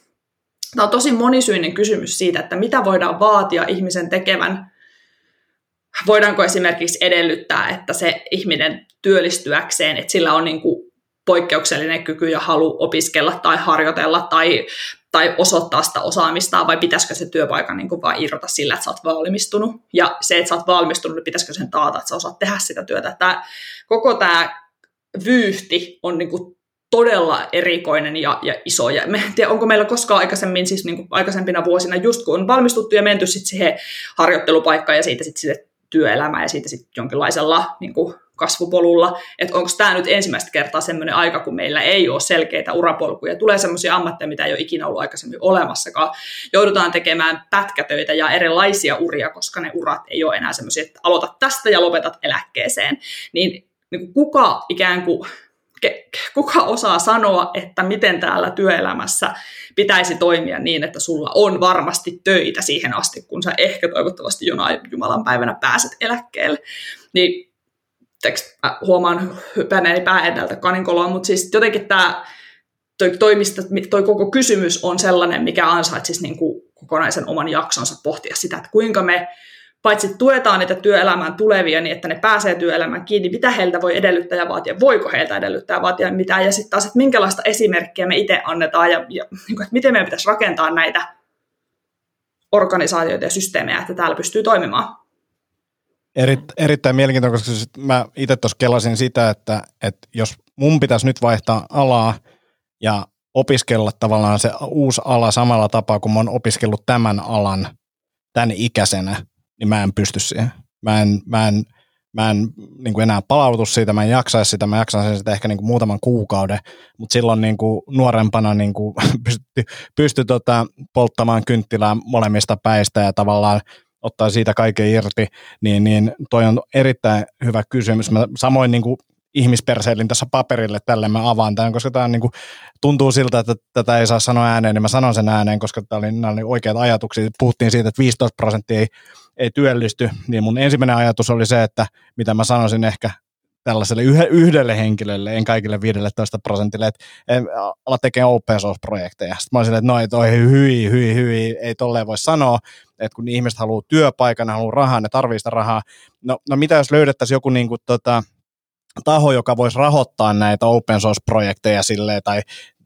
on tosi monisyinen kysymys siitä, että mitä voidaan vaatia ihmisen tekevän. Voidaanko esimerkiksi edellyttää, että se ihminen työllistyäkseen, että sillä on niin kuin poikkeuksellinen kyky ja halu opiskella tai harjoitella tai osoittaa sitä osaamistaan, vai pitäisikö se työpaikan niin kuin vaan irrota sillä, että sä oot valmistunut. Ja se, että sä oot valmistunut, niin pitäisikö sen taata, että sä osaat tehdä sitä työtä. Koko tämä vyyhti on niin kuin todella erikoinen ja iso. Ja en tiedä, onko meillä koskaan aikaisemmin, siis niin kuin aikaisempina vuosina, just kun on valmistuttu ja menty sitten siihen harjoittelupaikkaan ja siitä sitten työelämään ja siitä sitten jonkinlaisella niin kuin kasvupolulla, että onko tämä nyt ensimmäistä kertaa semmoinen aika, kun meillä ei ole selkeitä urapolkuja, tulee semmoisia ammatteja, mitä ei ole ikinä ollut aikaisemmin olemassakaan, joudutaan tekemään pätkätöitä ja erilaisia uria, koska ne urat ei ole enää semmoisia, että aloitat tästä ja lopetat eläkkeeseen, niin kuka ikään kuin kuka osaa sanoa, että miten täällä työelämässä pitäisi toimia niin, että sulla on varmasti töitä siihen asti, kun sä ehkä toivottavasti jonain Jumalan päivänä pääset eläkkeelle. Niin mä huomaan hypäneeni pää edeltä kaninkoloon, mutta siis jotenkin toi koko kysymys on sellainen, mikä ansaitsisi niin kuin kokonaisen oman jaksonsa pohtia sitä, että kuinka me paitsi tuetaan niitä työelämään tulevia, niin että ne pääsee työelämään kiinni, mitä heiltä voi edellyttää ja vaatia, voiko heiltä edellyttää ja vaatia mitään, ja sitten taas, että minkälaista esimerkkiä me itse annetaan, ja että miten meidän pitäisi rakentaa näitä organisaatioita ja systeemejä, että täällä pystyy toimimaan. Erittäin mielenkiintoista, koska mä itse tuossa kelasin sitä, että jos mun pitäisi nyt vaihtaa alaa ja opiskella tavallaan se uusi ala samalla tapaa, kun mä oon opiskellut tämän alan tämän ikäisenä, niin mä en pysty siihen. Mä en niin kuin enää palautu siitä, mä en jaksaisi sitä, mä jaksasin sitä ehkä niin kuin muutaman kuukauden, mutta silloin niin kuin nuorempana niin kuin pystyi polttamaan kynttilää molemmista päistä ja tavallaan ottaa siitä kaiken irti, niin toi on erittäin hyvä kysymys. Mä samoin niin kuin ihmisperseilin tässä paperille, tälle mä avaan tämän, koska tämä on niin kuin, tuntuu siltä, että tätä ei saa sanoa ääneen, niin mä sanon sen ääneen, koska nämä oli oikeat ajatuksia. Puhuttiin siitä, että 15% ei työllisty, niin mun ensimmäinen ajatus oli se, että mitä mä sanoisin ehkä tällaiselle yhdelle henkilölle, en kaikille 15%, että ala tekemään open source-projekteja. Sitten mä olin silleen, että no, hyi, ei tolleen voi sanoa, että kun ihmiset haluaa työpaikan, ne haluaa rahaa, ne tarvitsee sitä rahaa. No mitä jos löydettäisiin joku niin kuin, taho, joka voisi rahoittaa näitä open source-projekteja silleen, tai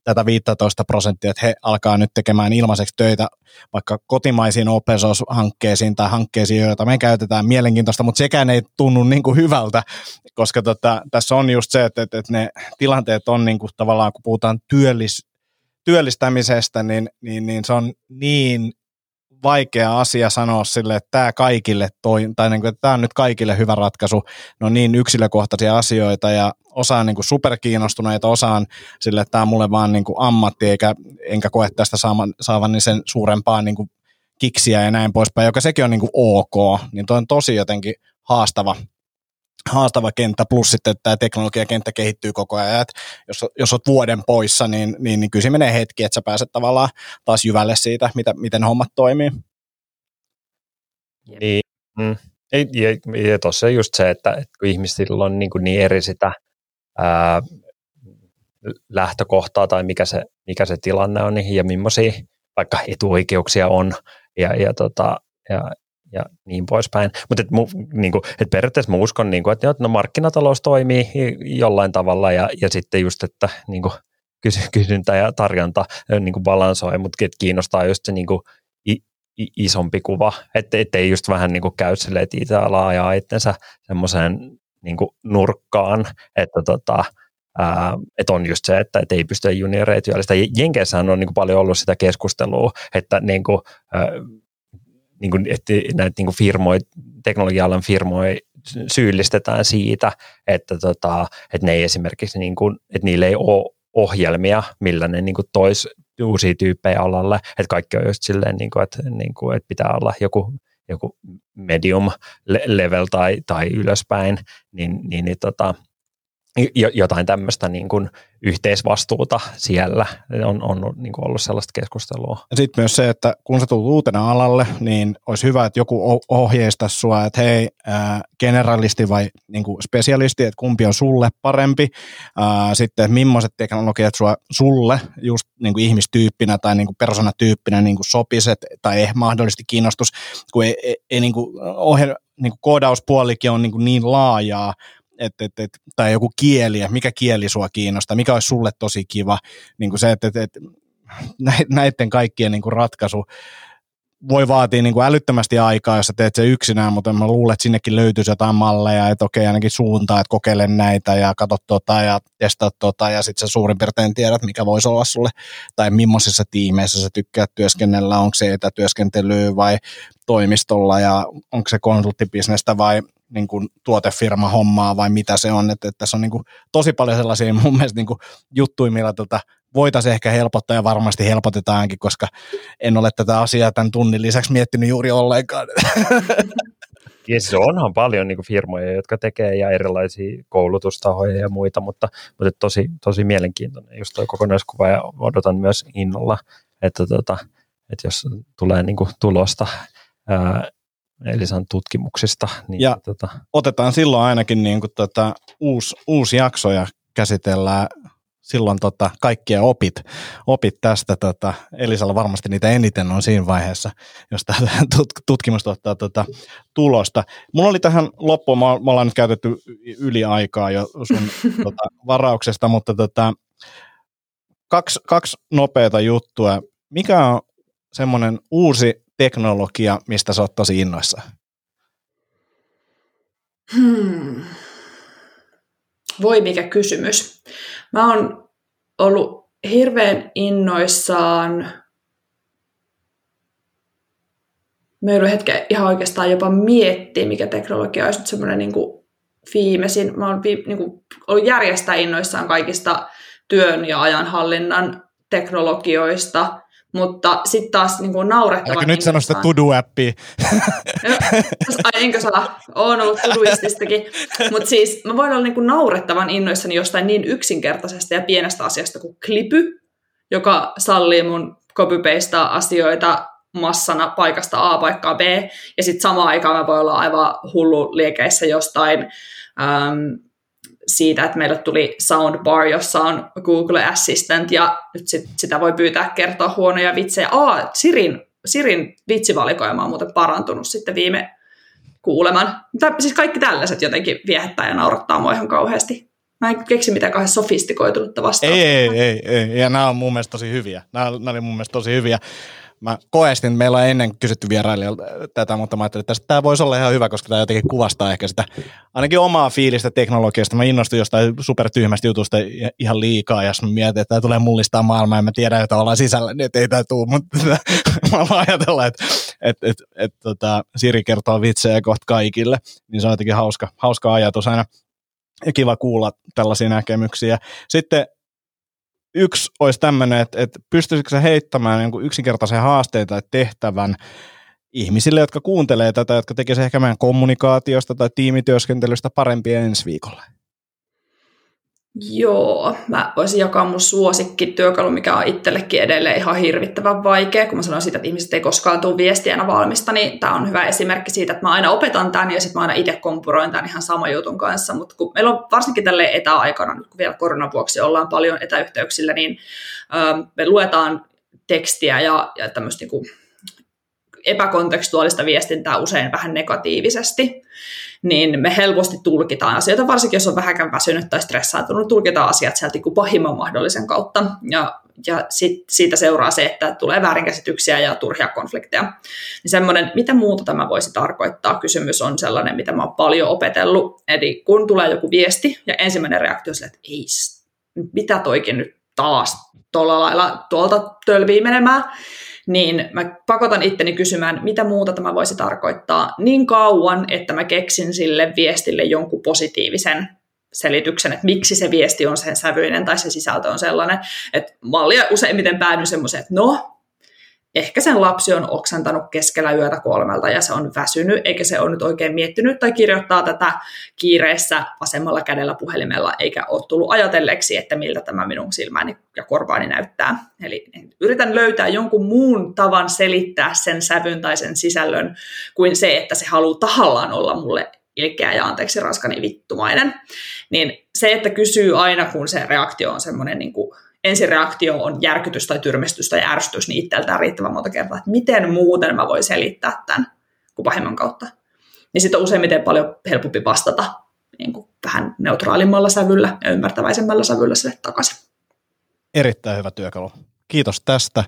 tätä 15%, että he alkaa nyt tekemään ilmaiseksi töitä vaikka kotimaisiin open source-hankkeisiin tai hankkeisiin, joita me käytetään mielenkiintoista, mutta sekään ei tunnu niin kuin hyvältä, koska tässä on just se, että ne tilanteet on niin kuin tavallaan, kun puhutaan työllistämisestä, niin se on niin vaikea asia sanoa sille, että tämä kaikille tai niin kuin, että tämä on nyt kaikille hyvä ratkaisu. Ne on niin yksilökohtaisia asioita ja osa on niin kuin superkiinnostuneita, osa on sille, että tämä on mulle vaan niin kuin ammatti, enkä koe tästä saavan niin sen suurempaa niin kuin kiksiä ja näin poispäin, joka sekin on niin kuin ok, niin toi on tosi jotenkin haastava kenttä, plus sitten, että tämä teknologiakenttä kehittyy koko ajan, että jos olet vuoden poissa, niin kyllä se menee hetki, että sä pääset tavallaan taas jyvälle siitä, miten hommat toimii. Niin, ja tuossa just se, että kun ihmisillä on niin eri sitä lähtökohtaa tai mikä se tilanne on, ja millaisia vaikka etuoikeuksia on, ja niin poispäin. Mutta et periaatteessa mä uskon, että no, markkinatalous toimii jollain tavalla ja sitten just, että kysyntä ja tarjonta balansoi, mutta kiinnostaa just se isompi kuva, ettei just vähän käy silleen, että itse ala ajaa itsensä semmoiseen nurkkaan, että on just se, että ei pysty junioreita työllistä. Jenkeissähän on paljon ollut sitä keskustelua, että että näitä firmoja, teknologia-alan firmoja syyllistetään siitä, että ne ei esimerkiksi, että niillä ei ole ohjelmia, millä ne toisi uusia tyyppejä alalle, että kaikki on just silleen, että pitää olla joku medium level tai ylöspäin, niin jotain tämmöistä yhteisvastuuta siellä on ollut sellaista keskustelua. Ja sitten myös se, että kun sä tulet uutena alalle, niin olisi hyvä, että joku ohjeistaa sua, että hei, generalisti vai spesialisti, että kumpi on sulle parempi. Sitten, että millaiset teknologiat sulle just ihmistyyppinä tai persoonatyyppinä sopiset tai mahdollisesti kiinnostus, kun ei koodauspuolikin on niin laajaa, tai joku kieli, mikä kieli sua kiinnostaa, mikä olisi sulle tosi kiva, se, että näiden kaikkien ratkaisu voi vaatia älyttömästi aikaa, jos sä teet se yksinään, mutta mä luulen, että sinnekin löytyisi jotain malleja, että okei, ainakin suuntaa, että kokeile näitä ja katso ja testaa ja sitten sä suurin piirtein tiedät, mikä voisi olla sulle, tai millaisissa tiimeissä sä tykkäät työskennellä, onko se etätyöskentelyä vai toimistolla ja onko se konsulttibisnestä vai tuotefirma hommaa vai mitä se on, että tässä on tosi paljon sellaisia mun mielestä juttuja, millä voitaisiin ehkä helpottaa ja varmasti helpotetaankin, koska en ole tätä asiaa tämän tunnin lisäksi miettinyt juuri ollenkaan. Ja siis onhan paljon firmoja, jotka tekee ja erilaisia koulutustahoja ja muita, mutta tosi mielenkiintoinen just tuo kokonaiskuva ja odotan myös innolla, että jos tulee tulosta Elisan tutkimuksista. Niin ja otetaan silloin ainakin uusi jakso ja käsitellään silloin kaikkia opit tästä. Elisalla varmasti niitä eniten on siinä vaiheessa, jos tämä tutkimus tuottaa tulosta. Mulla oli tähän loppuun, me ollaan nyt käytetty yli aikaa jo sun varauksesta, mutta kaksi nopeata juttua. Mikä on semmoinen uusi teknologia, mistä sä oot tosi innoissa? Voi mikä kysymys. Mä oon ollut hirveän innoissaan. Mä joudun hetken ihan oikeastaan jopa miettiä, mikä teknologia olisi nyt semmoinen viimeisin. Mä oon ollut järjestää innoissaan kaikista työn ja ajanhallinnan teknologioista, mutta sitten taas naurettavan. Äläkö nyt sano sitä to-do-appia? Ai enkö saa? Oon ollut Todoististakin. Mutta siis mä voin olla naurettavan innoissani jostain niin yksinkertaisesta ja pienestä asiasta kuin Clipy, joka sallii mun copy-pastea asioita massana paikasta A paikkaan B. Ja sitten samaan aikaan mä voin olla aivan hullu liekeissä jostain siitä, että meille tuli soundbar, jossa on Google Assistant, ja nyt sitä voi pyytää kertoa huonoja vitsejä. Sirin vitsivalikoima on muuten parantunut sitten viime kuuleman. Siis kaikki tällaiset jotenkin viehättää ja naurattaa mua ihan kauheasti. Mä en keksi mitään kauhean sofistikoitunutta vastausta. Ei. Ja nämä on mun mielestä tosi hyviä. Nämä oli mun mielestä tosi hyviä. Mä koestin, että meillä on ennen kysytty vierailijoilta tätä, mutta mä ajattelin, että tämä voisi olla ihan hyvä, koska tämä jotenkin kuvastaa ehkä sitä ainakin omaa fiilistä teknologiasta. Mä innostuin jostain supertyhmästä jutusta ihan liikaa, ja jos mä mietin, että tämä tulee mullistaa maailmaa, ja mä tiedän, että ollaan sisällä, niin ei tämä tule, mutta mä vaan ajatella, että Siri kertoo vitsejä kohta kaikille, niin se on jotenkin hauska ajatus aina, ja kiva kuulla tällaisia näkemyksiä. Sitten yksi olisi tämmöinen, että pystyisikö sä heittämään jonkun yksinkertaisen haasteen tai tehtävän ihmisille, jotka kuuntelee tätä, jotka tekisivät ehkä meidän kommunikaatiosta tai tiimityöskentelystä parempia ensi viikolla? Joo, mä voisin jakaa mun suosikkityökalu, mikä on itsellekin edelleen ihan hirvittävän vaikea. Kun mä sanoin siitä, että ihmiset ei koskaan tule viestiä valmista, niin tämä on hyvä esimerkki siitä, että mä aina opetan tämän ja sitten mä aina itse kompuroin tämän ihan saman jutun kanssa. Mutta kun meillä on varsinkin tälleen etäaikana, nyt kun vielä koronan vuoksi ollaan paljon etäyhteyksillä, niin me luetaan tekstiä ja tämmöistä niin kuin epäkontekstuaalista viestintää usein vähän negatiivisesti, niin me helposti tulkitaan asioita, varsinkin jos on vähänkään väsynyt tai stressaantunut, tulkitaan asiat sieltä pahimman mahdollisen kautta, ja siitä seuraa se, että tulee väärinkäsityksiä ja turhia konflikteja. Niin semmoinen, mitä muuta tämä voisi tarkoittaa, kysymys on sellainen, mitä mä oon paljon opetellut, eli kun tulee joku viesti, ja ensimmäinen reaktio on sille, että ei, mitä toikin nyt taas tuolla lailla tuolta tölvii menemään, niin mä pakotan itteni kysymään, mitä muuta tämä voisi tarkoittaa niin kauan, että mä keksin sille viestille jonkun positiivisen selityksen, että miksi se viesti on sen sävyinen tai se sisältö on sellainen. Että mallia useimmiten päädyin semmoiseen, että ehkä sen lapsi on oksentanut keskellä yötä 3 ja se on väsynyt, eikä se ole nyt oikein miettinyt tai kirjoittaa tätä kiireessä vasemmalla kädellä puhelimella, eikä ole tullut ajatelleeksi, että miltä tämä minun silmäni ja korvaani näyttää. Eli yritän löytää jonkun muun tavan selittää sen sävyn tai sen sisällön kuin se, että se haluaa tahallaan olla mulle ilkeä ja anteeksi raskani vittumainen. Niin se, että kysyy aina, kun se reaktio on semmoinen niin kuin ensireaktio on järkytys tai tyrmistys tai ärsytys, niin itseltään riittävän monta kertaa, että miten muuten mä voin selittää tämän kuin pahimman kautta. Niin sitten on useimmiten paljon helpompi vastata niin kuin vähän neutraalimmalla sävyllä ja ymmärtäväisemmällä sävyllä sille takaisin. Erittäin hyvä työkalu. Kiitos tästä.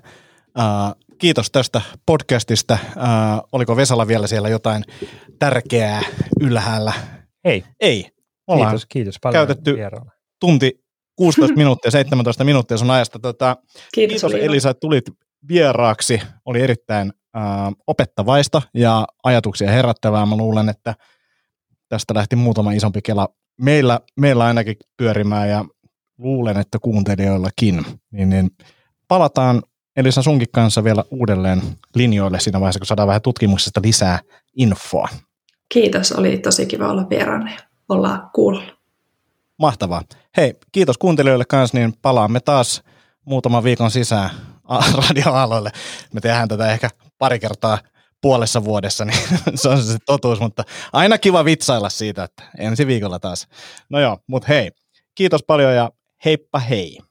Kiitos tästä podcastista. Oliko Vesala vielä siellä jotain tärkeää ylhäällä? Ei. Ollaan kiitos paljon käytetty tunti 16 minuuttia, 17 minuuttia sun ajasta. Kiitos Elisa, että tulit vieraaksi. Oli erittäin opettavaista ja ajatuksia herättävää. Mä luulen, että tästä lähti muutama isompi kela meillä ainakin pyörimään ja luulen, että kuuntelijoillakin. Niin palataan Elisa sunkin kanssa vielä uudelleen linjoille siinä vaiheessa, kun saadaan vähän tutkimuksesta lisää infoa. Kiitos, oli tosi kiva olla vieraana ja ollaan kuulolla. Mahtavaa. Hei, kiitos kuuntelijoille kanssa, niin palaamme taas muutaman viikon sisään radioaaloille. Me tehdään tätä ehkä pari kertaa puolessa vuodessa, niin se on se totuus, mutta aina kiva vitsailla siitä, että ensi viikolla taas. No joo, mutta hei, kiitos paljon ja heippa hei.